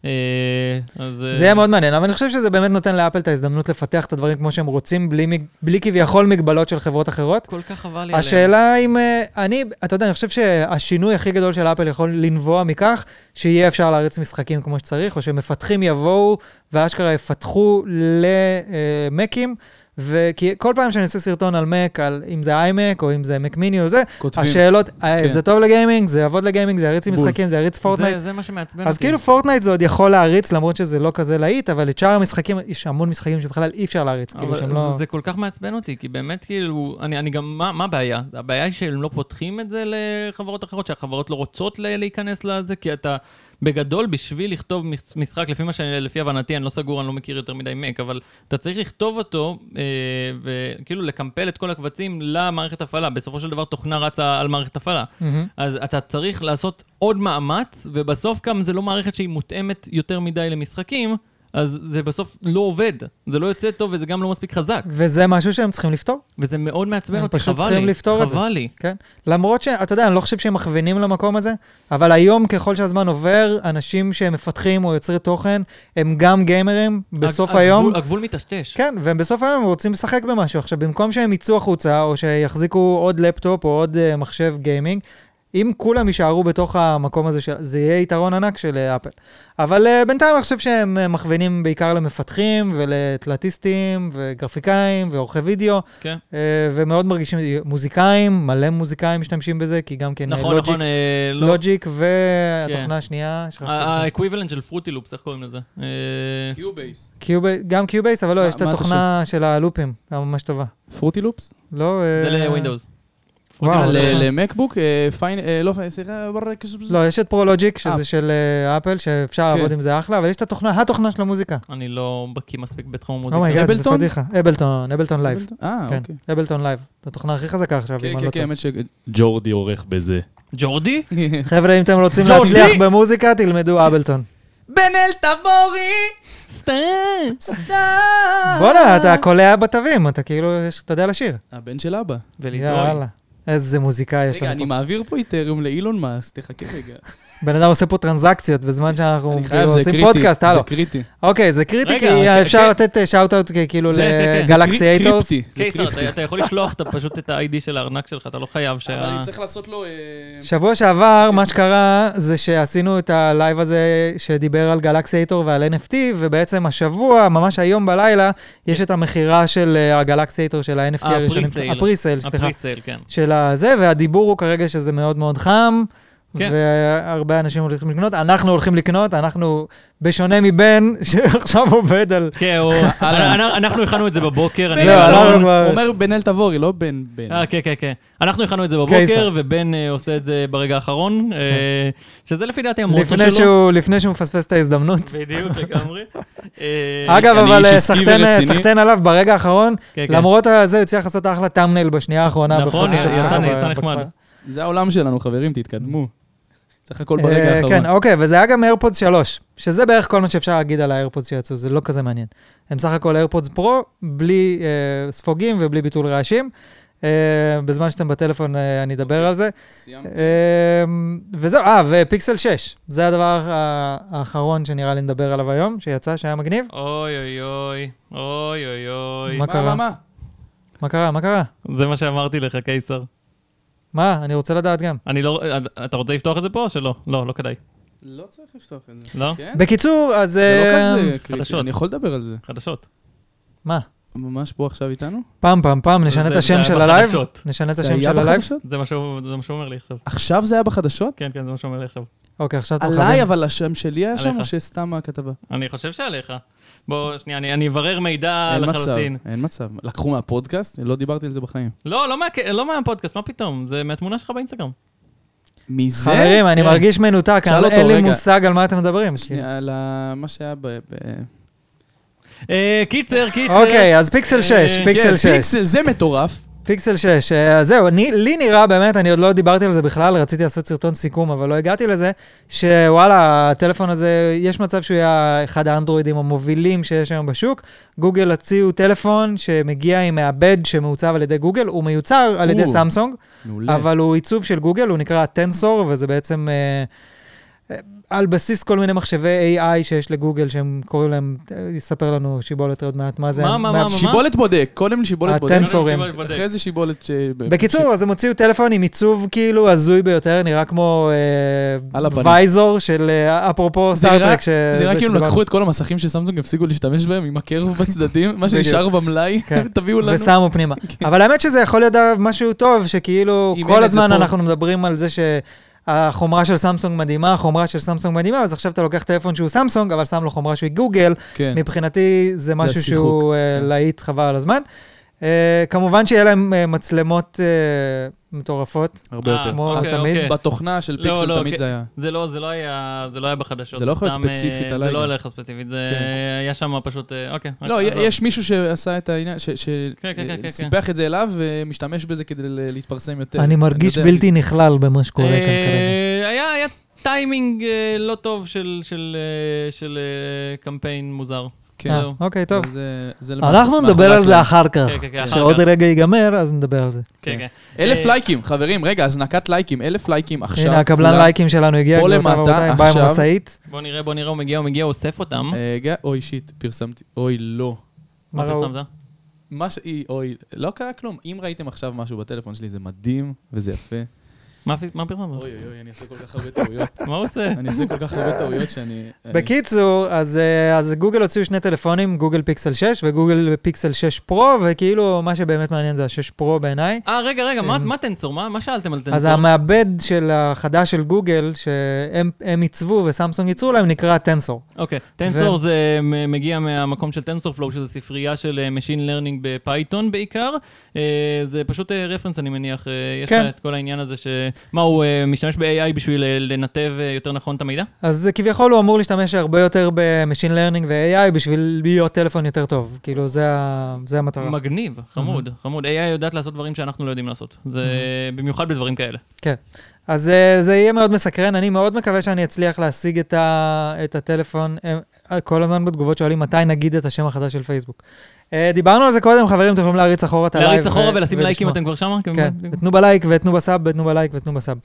זה יהיה מאוד מעניין, אבל אני חושב שזה באמת נותן לאפל את ההזדמנות לפתח את הדברים כמו שהם רוצים, בלי כביכול מגבלות של חברות אחרות. כל כך חבל לי עליהם. השאלה אם, אתה יודע, אני חושב שהשינוי הכי גדול של אפל יכול לנבוע מכך, שיהיה אפשר להריץ משחקים כמו שצריך, או שמפתחים יבואו, ואשכרה יפתחו למקים, וכי כל פעם שאני עושה סרטון על מק, אם זה iMac או אם זה מק מיני או זה, השאלות, זה טוב לגיימינג, זה יעבוד לגיימינג, זה יריץ עם משחקים, זה יריץ פורטנייט. זה מה שמעצבן אותי. אז כאילו פורטנייט זה עוד יכול להריץ, למרות שזה לא כזה להיט, אבל את שאר המשחקים, יש המון משחקים שבכלל אי אפשר להריץ. זה כל כך מעצבן אותי, כי באמת כאילו, אני גם, מה הבעיה? הבעיה היא שהם לא פותחים את זה לחברות אחרות, שהחברות לא רוצות להיכנס לזה, כי אתה בגדול, בשביל לכתוב משחק, לפי הבנתי, אני לא סגור, אני לא מכיר יותר מדי מק, אבל אתה צריך לכתוב אותו, וכאילו לקמפל את כל הקבצים למערכת הפעלה. בסופו של דבר, תוכנה רצה על מערכת הפעלה. אז אתה צריך לעשות עוד מאמץ, ובסוף גם זה לא מערכת שהיא מותאמת יותר מדי למשחקים, אז זה בסוף לא עובד, זה לא יוצא טוב וזה גם לא מספיק חזק. וזה משהו שהם צריכים לפתור. וזה מאוד מעצבן אותי, פשוט צריכים לפתור את זה. חבל לי. כן. למרות שאתה יודע, אני לא חושב שהם מכוונים למקום הזה, אבל היום ככל שהזמן עובר, אנשים שהם מפתחים או יוצרי תוכן, הם גם גיימרים בסוף היום. הגבול מתשתש. כן, והם בסוף היום רוצים לשחק במשהו. עכשיו, במקום שהם יצאו החוצה, או שיחזיקו עוד לפטופ או עוד מחשב גיימינג, אם כולם יישארו בתוך המקום הזה, זה יהיה יתרון ענק של אפל. אבל בינתיים אני חושב שהם מכווינים בעיקר למפתחים ולתלטיסטים וגרפיקאים ועורכי וידאו, כן. ומאוד מרגישים מוזיקאים, מלא מוזיקאים משתמשים בזה, כי גם כן לוג'יק והתוכנה השנייה. האקוויבלנט של פרוטי לופס, איך קוראים לזה? קיובייס. גם קיובייס, אבל לא, יש את התוכנה של הלופים, ממש טובה. פרוטי לופס? לא. זה לווינדוס. למקבוק, לא, יש את פרולוג'יק, שזה של אפל, שאפשר לעבוד עם זה אחלה, אבל יש את התוכנה של המוזיקה. אני לא בקיא מספיק בתחום המוזיקה. אבלטון? אבלטון לייב. אוקיי. אבלטון לייב. את התוכנה הכי חזקה עכשיו. כן, האמת שג'ורדי עורך בזה. ג'ורדי? חבר'ה, אם אתם רוצים להצליח במוזיקה, תלמדו אבלטון. בן-אל תבורי! סתם! בוא'נה, אתה קולע בתווים, אתה כאילו, אתה יודע לשיר. הבן של אבא. יאללה. איזה מוזיקה יש לנו פה. רגע, אני מעביר פה איתרם לאילון מאסק, תחכה רגע. בן אדם עושה פה טרנזקציות בזמן שאנחנו עושים פודקאסט, זה קריטי. אוקיי, זה קריטי, כי אפשר לתת שאוט-אוט כאילו לגלקסייטורס. קיסר, אתה יכול לשלוח פשוט את ה-ID של הארנק שלך, אתה לא חייב אבל אני צריך לעשות לו... שבוע שעבר, מה שקרה זה שעשינו את הלייב הזה שדיבר על גלקסייטור ועל NFT, ובעצם השבוע, ממש היום בלילה, יש את המחירה של הגלקסייטור של ה-NFT הראשונים. הפריסייל, סליחה. הפריסייל, כן. של הזה, והדיבור הוא כרגע שזה מאוד מאוד חם. והרבה אנשים הולכים לקנות, אנחנו הולכים לקנות, אנחנו בשונה מבן שעכשיו עובד על... כן, אנחנו הכנו את זה בבוקר. הוא אומר בן-אל תבורי, לא בן. כן. אנחנו הכנו את זה בבוקר, ובן עושה את זה ברגע האחרון, שזה לפי דעתי המוטו שלו. לפני שהוא מפספס את ההזדמנות. בדיוק, לגמרי. אגב, אבל סחטן עליו ברגע האחרון, למרות זה, יצליח לעשות אחלה טאמנייל בשנייה האחרונה. נכון, יצא נחמד. זה העולם שלנו, חברים, תתקדמו. צריך הכל ברגע האחרון. כן, אוקיי, וזה היה גם AirPods 3, שזה בערך כל מה שאפשר להגיד על ה-AirPods שיצאו, זה לא כזה מעניין. הם סך הכל AirPods Pro, בלי ספוגים ובלי ביטול רעשים. בזמן שאתם בטלפון אני אדבר על זה. וזהו, ופיקסל 6, זה הדבר האחרון שנראה לי נדבר עליו היום, שיצא, שהיה מגניב. אוי. מה קרה? זה מה שאמרתי לך, קיסר. מה? אני רוצה לדעת גם. אתה רוצה לפתוח את זה פה או שלא? לא כדאי. לא צריך לפתוח את זה. לא? בקיצור, אז... זה לא כזה קריטי, אני יכול לדבר על זה. חדשות. מה? ממש פה עכשיו איתנו? פעם, נשנה את השם של הלייב? נשנה את השם של הלייב? זה מה שהוא אומר לי עכשיו. עכשיו זה היה בחדשות? כן, זה מה שהוא אומר לי עכשיו. אוקיי, עכשיו אתה חייב. עליי, אבל השם שלי היה שם או שסתם הכתבה? אני חושב שעליך. בוא, שנייה, אני אברר מידע לחלוטין. אין מצב. לקחו מהפודקאסט? לא דיברתי על זה בחיים. לא מהפודקאסט, מה פתאום? זה מהתמונה שלך באינסטגרם. מזה? חברים, אני מרגיש מנותק, אין לי מושג על מה אתם מדברים. שנייה, על מה שהיה קיצר. אוקיי, אז פיקסל 6, פיקסל 6. זה מטורף. פיקסל 6, זהו, לי נראה באמת, אני עוד לא דיברתי על זה בכלל, רציתי לעשות סרטון סיכום, אבל לא הגעתי לזה, שוואלה, הטלפון הזה, יש מצב שהוא יהיה אחד האנדרואידים המובילים שיש היום בשוק. גוגל הציעו טלפון שמגיע עם מעבד שמעוצב על ידי גוגל, הוא מיוצר על ידי סמסונג, אבל הוא עיצוב של גוגל, הוא נקרא טנסור, וזה בעצם... על בסיס כל מיני מחשבי AI שיש לגוגל, שהם קוראים להם, יספר לנו שיבולת עוד מעט, מה זה? שיבולת בודק, קודם שיבולת בודק. הטנסורים. אחרי זה שיבולת בקיצור, אז הם הוציאו טלפון עם עיצוב כאילו הזוי ביותר, נראה כמו וייזור של אפרופו סטארטרק. זה נראה כאילו לקחו את כל המסכים שסמסונג הפסיקו להשתמש בהם, עם הקרב בצדדים, מה שנשאר במלאי, תביאו לנו. ושמו פנימה. אבל האמת שזה יכול להיות משהו טוב, שכאילו כל הזמן אנחנו מדברים על זה החומרה של סמסונג מדהימה, אז עכשיו אתה לוקח טלפון שהוא סמסונג, אבל שם לו חומרה שהוא גוגל, מבחינתי זה משהו שהוא להיט חבל על הזמן. כמובן שיהיה להם מצלמות מטורפות. הרבה יותר. כמו תמיד. בתוכנה של פיקסל תמיד זה היה. זה לא היה בחדשות. זה לא יכול להיות ספציפית עליי. זה לא הולך ספציפית, זה היה שם פשוט, אוקיי. לא, יש מישהו שעשה את העניין, שסיפח את זה אליו ומשתמש בזה כדי להתפרסם יותר. אני מרגיש בלתי נכלל במה שקורה כאן כרגע. היה טיימינג לא טוב של קמפיין מוזר. כן. אוקיי, טוב. אנחנו נדבר על זה אחר כך. שעוד רגע ייגמר, אז נדבר על זה. 1,000 לייקים, חברים. רגע, הזנקת לייקים. 1,000 לייקים עכשיו. הנה, הקבלן לייקים שלנו הגיע. פה למטה, עכשיו. בוא נראה, הוא מגיע, אוסף אותם. אוי, שיט, פרסמתי. אוי, לא. מה פרסמת? אוי, לא קרה כלום. אם ראיתם עכשיו משהו בטלפון שלי, זה מדהים וזה יפה. מה פרסמת? אוי, אני עושה כל כך הרבה טעויות. מה הוא עושה? אני עושה כל כך הרבה טעויות שאני... בקיצור, אז גוגל הוציאו שני טלפונים, גוגל פיקסל 6 וגוגל פיקסל 6 פרו, וכאילו מה שבאמת מעניין זה ה-6 פרו בעיניי. רגע, מה טנסור? מה שאלתם על טנסור? אז המעבד של החדש של גוגל, שהם ייצבו וסמסונג ייצרו להם, נקרא טנסור. אוקיי, טנסור זה מגיע מהמקום של TensorFlow, שזה ספרייה של Machine Learning בפייתון בעיקר. זה פשוט רפרנס, אני מניח. יש לה את כל העניין הזה מה, הוא משתמש ב-AI בשביל לנתב יותר נכון את המידע? אז כביכול הוא אמור להשתמש הרבה יותר ב-Machine Learning ו-AI בשביל להיות טלפון יותר טוב. כאילו, זה המטרה. מגניב, חמוד. AI יודעת לעשות דברים שאנחנו לא יודעים לעשות. זה במיוחד בדברים כאלה. כן. אז זה יהיה מאוד מסקרן. אני מאוד מקווה שאני אצליח להשיג את הטלפון. כל הזמן בתגובות שואלים מתי נגיד את השם החדש של פייסבוק. דיברנו על זה קודם, חברים, אתם יכולים להריץ אחורה את הלייב. להריץ אחורה ולשים לייקים, אתם כבר שם? כן, ותנו בלייק ותנו בסאב, ותנו בלייק ותנו בסאב.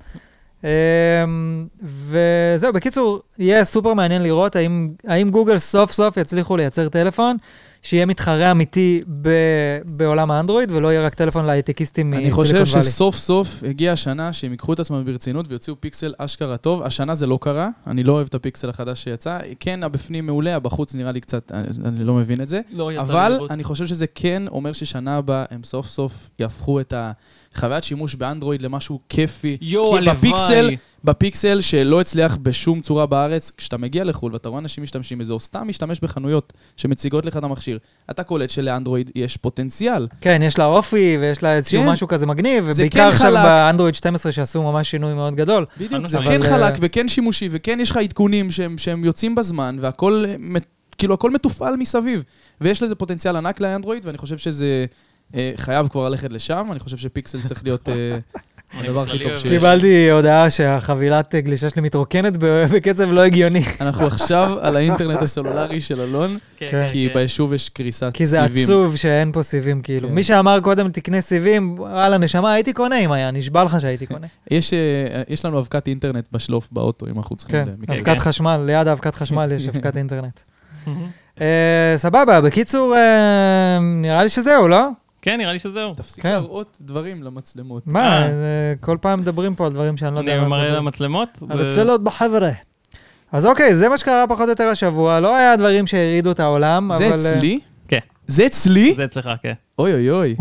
וזהו, בקיצור, יהיה סופר מעניין לראות האם גוגל סוף סוף יצליחו לייצר טלפון, שיהיה מתחרה אמיתי בעולם האנדרואיד, ולא יהיה רק טלפון להייטקיסטים מסיליקון ואלי. אני חושב שסוף סוף הגיעה השנה שהם ייקחו את עצמם ברצינות ויוציאו פיקסל אשכרה טוב. השנה זה לא קרה, אני לא אוהב את הפיקסל החדש שיצא. כן, הבפנים מעולה, הבחוץ נראה לי קצת, אני לא מבין את זה. אבל אני חושב שזה כן אומר ששנה הבאה הם סוף סוף יהפכו את החוויית שימוש באנדרואיד למשהו כיפי. בפיקסל שלא הצליח בשום צורה בארץ, כשאתה מגיע לחול ואתה רואה אנשים משתמשים בזה, או סתם משתמש בחנויות שמציגות לך את המכשיר, אתה קולט שלאנדרואיד יש פוטנציאל. כן, יש לה אופי ויש לה איזשהו משהו כזה מגניב, ובעיקר עכשיו באנדרואיד 12 שעשו ממש שינוי מאוד גדול. בדיוק, זה כן חלק וכן שימושי, וכן יש לך עדכונים שהם יוצאים בזמן, והכל, כאילו הכל מתופעל מסביב, ויש לזה פוטנציאל ענק לאנדרואיד, ואני חושב שזה חייב כבר ללכת לשם, אני חושב שפיקסל צריך להיות הדבר הכי טוב שיש. קיבלתי הודעה שהחבילת גלישה שלי מתרוקנת בקצב לא הגיוני. אנחנו עכשיו על האינטרנט הסלולרי של אלון, כי ביישוב יש קריסת סיבים. כי זה עצוב שאין פה סיבים, כאילו. מי שאמר קודם תקנה סיבים, על הנשמה, הייתי קונה אם היה, נשבע לך שהייתי קונה. יש לנו אבקת אינטרנט בשלוף באוטו, אם אנחנו צריכים... כן, אבקת חשמל, ליד אבקת חשמל יש אבקת אינטרנט. סבבה, בקיצור, נראה לי שזהו, לא? כן, נראה לי שזהו. תפסיק להראות דברים למצלמות. מה, כל פעם מדברים פה על דברים שאני לא יודע. אני מראה למצלמות? על הצלות בחבר'ה. אז אוקיי, זה מה שקרה פחות או יותר השבוע. לא היה דברים שהרידו את העולם, אבל... זה אצלי? כן. זה אצלי? זה אצלך, כן. אוי אוי אוי.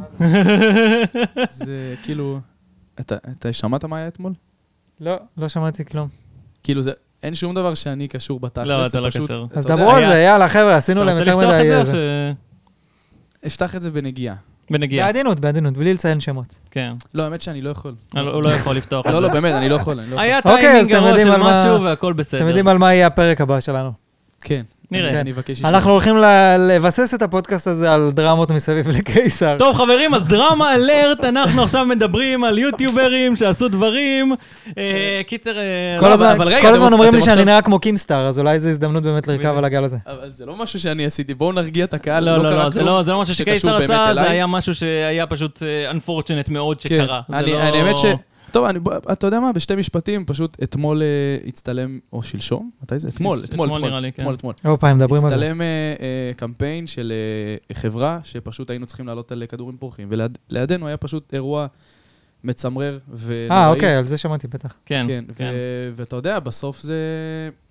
זה כאילו... אתה שמעת מה היה אתמול? לא, לא שמעתי כלום. כאילו זה... אין שום דבר שאני קשור בתכלס. לא, אתה לא קשור. אז דברו על זה, יאללה, חבר'ה, עשינו להם יותר מדי... אתה רוצה לפתוח את זה אפתח את זה בנגיעה. בנגיעה. בעדינות, בלי לציין שמות. כן. לא, האמת שאני לא יכול. הוא לא יכול לפתוח את זה. לא, באמת, אני לא יכול. היה טיימינג גרוע של משהו והכל בסדר. אתם יודעים על מה יהיה הפרק הבא שלנו. כן. נראה. אני אבקש אישור. אנחנו הולכים לבסס את הפודקאסט הזה על דרמות מסביב לקיסר. טוב חברים, אז דרמה אלרט, אנחנו עכשיו מדברים על יוטיוברים שעשו דברים. קיצר... כל הזמן אומרים לי שאני נראה כמו קימסטאר, אז אולי זו הזדמנות באמת לרכב על הגל הזה. אבל זה לא משהו שאני עשיתי, בואו נרגיע את הקהל. לא, זה לא משהו שקיסר עשה, זה היה משהו שהיה פשוט unfortunate מאוד שקרה. אני האמת ש... טוב, אתה יודע מה? בשתי משפטים, פשוט אתמול הצטלם, או שלשום? מתי זה? אתמול. אופה, הם מדברים על זה. הצטלם קמפיין של חברה, שפשוט היינו צריכים לעלות על כדורים פורחים, ולידינו היה פשוט אירוע מצמרר ונוראי. אוקיי, על זה שמעתי בטח. כן. ואתה יודע, בסוף זה...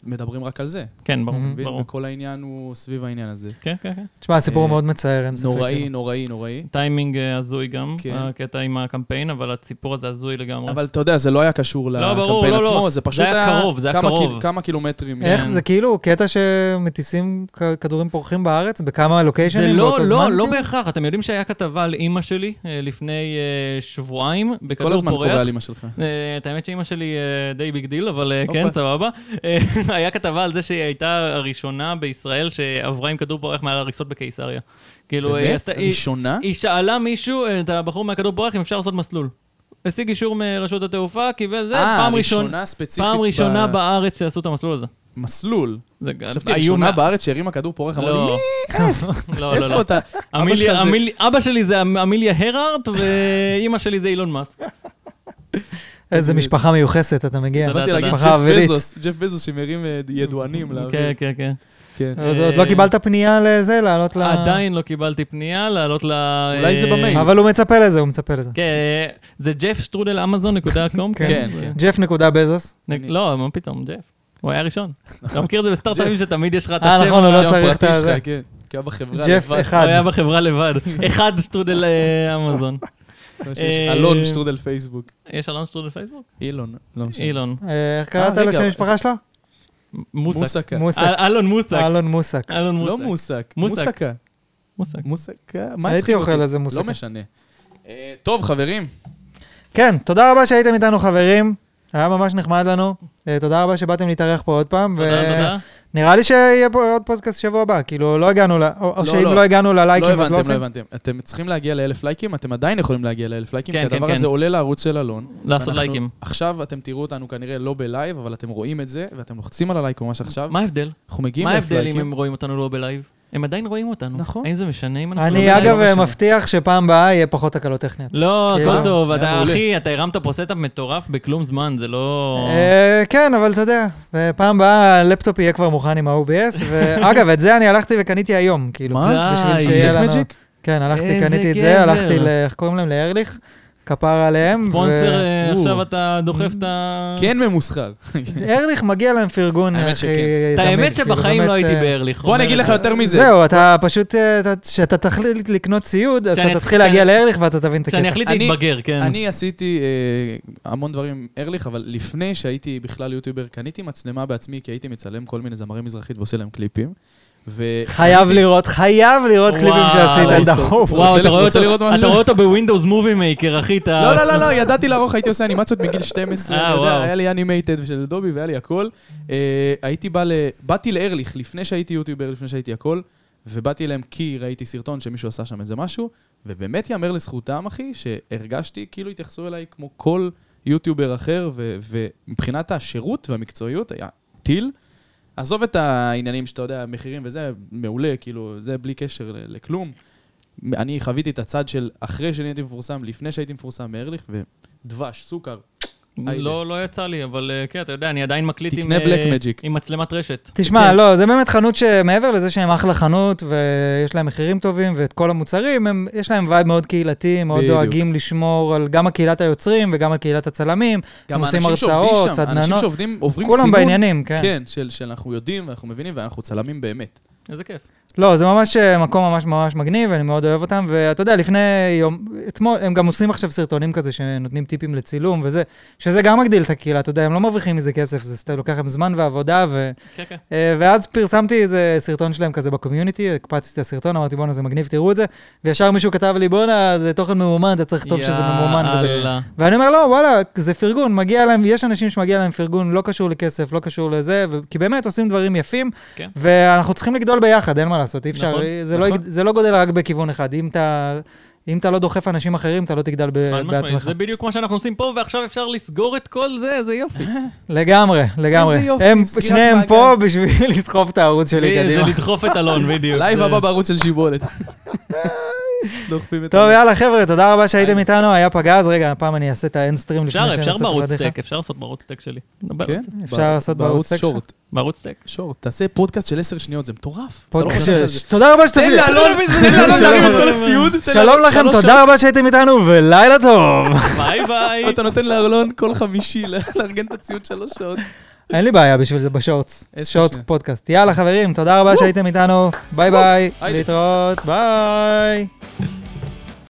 מדברים רק על זה. כן, ברור. וכל העניין הוא סביב העניין הזה. כן, כן, כן. תשמע, הסיפור מאוד מצער, אין ספק. נוראי. טיימינג הזוי גם, הקטע עם הקמפיין, אבל הסיפור הזה הזוי לגמרי. אבל אתה יודע, זה לא היה קשור לקמפיין עצמו, זה פשוט היה כמה קילומטרים. איך זה כאילו קטע שמטיסים כדורים פורחים בארץ? בכמה לוקיישנים באותו זמן? לא בהכרח. אתם יודעים שהיה כתבה על אמא שלי לפני שבועיים, בכדור פורח. כל הזמן קורה על אמא שלך. את האמת שאמא שלי די ביג דיל, אבל כן, סבבה. היה כתבה על זה שהיא הייתה הראשונה בישראל שעברה עם כדור פורח מעל הריסות בקיסריה. באמת? ראשונה? היא שאלה מישהו, את הבחור מהכדור פורח, אם אפשר לעשות מסלול. השיג אישור מרשות התעופה, קיבל זה, פעם ראשונה בארץ שעשו את המסלול הזה. מסלול? חשבתי, ראשונה בארץ שהרימה כדור פורח, אמר לי, מי? איפה אתה? אבא שלי זה אמיליה הרהרט, ואמא שלי זה אילון מאסק. איזה משפחה מיוחסת, אתה מגיע. אמרתי להגיד ג'ף בזוס שמרים ידוענים. כן, כן. עוד לא קיבלת פנייה לזה, לעלות ל... עדיין לא קיבלתי פנייה, לעלות ל... אולי זה במייל. אבל הוא מצפה לזה. כן, זה jeff@amazon.com. כן. jeff.bezos. לא, מה פתאום, ג'ף. הוא היה ראשון. אתה מכיר את זה בסטארט-אפים שתמיד יש לך את השם. נכון, הוא לא צריך את זה. כי היה בחברה לבד. ג'ף אחד. הוא היה בחברה לבד. אחד שטרודל אמזון. יש אלון שטרודל פייסבוק. יש אלון שטרודל פייסבוק? אילון. לא משנה. אילון. איך קראת לשם משפחה שלו? מוסק. אלון מוסק. לא מוסק. מוסקה. מוסקה. מה הייתי אוכל לזה מוסקה. לא משנה. טוב, חברים. כן, תודה רבה שהייתם איתנו, חברים. היה ממש נחמד לנו. תודה רבה שבאתם להתארח פה עוד פעם. תודה. נראה לי שיהיה פה עוד פודקאסט שבוע הבא. כאילו, לא הגענו, או שאם לא הגענו ללייקים, אז לא עושים. לא הבנתם. אתם צריכים להגיע ל1,000 לייקים, אתם עדיין יכולים להגיע ל1,000 לייקים, כי הדבר הזה עולה לערוץ של אלון. לעשות לייקים. עכשיו אתם תראו אותנו כנראה לא בלייב, אבל אתם רואים את זה, ואתם לוחצים על הלייק ממש עכשיו. מה ההבדל? אנחנו מגיעים ל1,000 לייקים. מה ההבדל אם הם רואים אותנו לא בלייב? הם עדיין רואים אותנו. נכון. האם זה משנה אם אנחנו... אני אגב מבטיח שפעם הבאה יהיה פחות תקלות טכניות. לא, הכל טוב. אחי, אתה הרמת פה סטאפ מטורף בכלום זמן, זה לא... כן, אבל אתה יודע, פעם הבאה הלפטופ יהיה כבר מוכן עם ה-OBS, ואגב, את זה אני הלכתי וקניתי היום, כאילו. מה? בלק-מג'יק? כן, הלכתי, קניתי את זה, הלכתי, איך קוראים להם? לארליך. כפר עליהם. ספונסר, עכשיו אתה דוחף את ה... כן ממוסחר. ארליך מגיע להם פרגון. האמת שבחיים לא הייתי בארליך. בוא נגיד לך יותר מזה. זהו, אתה פשוט, כשאתה תחליט לקנות ציוד, אז אתה תתחיל להגיע לארליך ואתה תבין את הקטע. כשאני אחליט להתבגר, כן. אני עשיתי המון דברים ארליך, אבל לפני שהייתי בכלל יוטיובר, קניתי מצלמה בעצמי, כי הייתי מצלם כל מיני זמרי מזרחית ועושה להם קליפים. חייב לראות קליפים שעשית, דחוף. וואו, אתה רואה אותו בווינדוס מובי מייקר, אחי, אתה... לא, ידעתי לערוך, הייתי עושה אנימציות מגיל 12, היה לי אנימייטד של דובי והיה לי הכל. באתי לארליך לפני שהייתי יוטיובר, לפני שהייתי הכל, ובאתי אליהם כי ראיתי סרטון שמישהו עשה שם איזה משהו, ובאמת יאמר לזכותם, אחי, שהרגשתי כאילו התייחסו אליי כמו כל יוטיובר אחר, ומבחינת השירות והמקצועיות היה טיל. עזוב את העניינים שאתה יודע, מחירים וזה מעולה, כאילו, זה בלי קשר לכלום. אני חוויתי את הצד של אחרי שאני הייתי מפורסם, לפני שהייתי מפורסם מארליך, ודבש, סוכר. לא יצא לי, אבל כן, אתה יודע, אני עדיין מקליט עם מצלמת רשת. תשמע, לא, זה באמת חנות שמעבר לזה שהם אחלה חנות, ויש להם מחירים טובים, ואת כל המוצרים, יש להם וייב מאוד קהילתי, מאוד דואגים לשמור על גם הקהילת היוצרים, וגם על קהילת הצלמים, הם עושים הרצאות, סדננות, אנשים שעובדים, עוברים כולם בעניינים, כן. כן, שאנחנו יודעים, ואנחנו מבינים, ואנחנו צלמים באמת. איזה כיף. לא, זה ממש מקום ממש ממש מגניב, ואני מאוד אוהב אותם, ואתה יודע, לפני יום, אתמול, הם גם עושים עכשיו סרטונים כזה, שנותנים טיפים לצילום, וזה, שזה גם מגדיל את הקהילה, אתה יודע, הם לא מרוויחים מזה כסף, זה לוקח להם זמן ועבודה, ואז פרסמתי איזה סרטון שלהם כזה בקומיוניטי, הקפצתי את הסרטון, אמרתי, בוא'נה, זה מגניב, תראו את זה, וישר מישהו כתב לי, בוא'נה, זה תוכן ממומן, אתה צריך לכתוב שזה ממומן וזה. ואני אומר, לא, וואלה, זה פרגון, מגיע להם, יש אנשים שמגיע להם פרגון, לא קשור לכסף, לא קשור לזה, כי באמת עושים דברים יפים, ואנחנו צריכים לגדול ביחד, אין מה לעשות, אי אפשר, זה לא גודל רק בכיוון אחד. אם אתה לא דוחף אנשים אחרים, אתה לא תגדל בעצמך. זה בדיוק מה שאנחנו עושים פה, ועכשיו אפשר לסגור את כל זה, זה יופי. לגמרי. שניהם פה בשביל לדחוף את הערוץ שלי קדימה. זה לדחוף את אלון, בדיוק. לייב הבא בערוץ של שיבולת. טוב, יאללה, חבר'ה, תודה רבה שהייתם איתנו, היה פגז. רגע, הפעם אני אעשה את האנסטרים לפני שאני אעשה את הפדיחה. אפשר לעשות בערוץ סטק שלי. אפשר לעשות בערוץ סטק שורט. בערוץ סטק. שורט, תעשה פודקאסט של 10 שניות, זה מטורף. תודה רבה שתביא. תן לאלון להרים את כל הציוד. שלום לכם, תודה רבה שהייתם איתנו, ולילה טוב. ביי ביי. אתה נותן לאלון כל חמישי לארגן את הציוד 3 שעות. אין לי בעיה בשביל זה בשורטס. שורטס פודקאסט. יאללה חברים, תודה רבה שהייתם איתנו. ביי ביי. להתראות. ביי.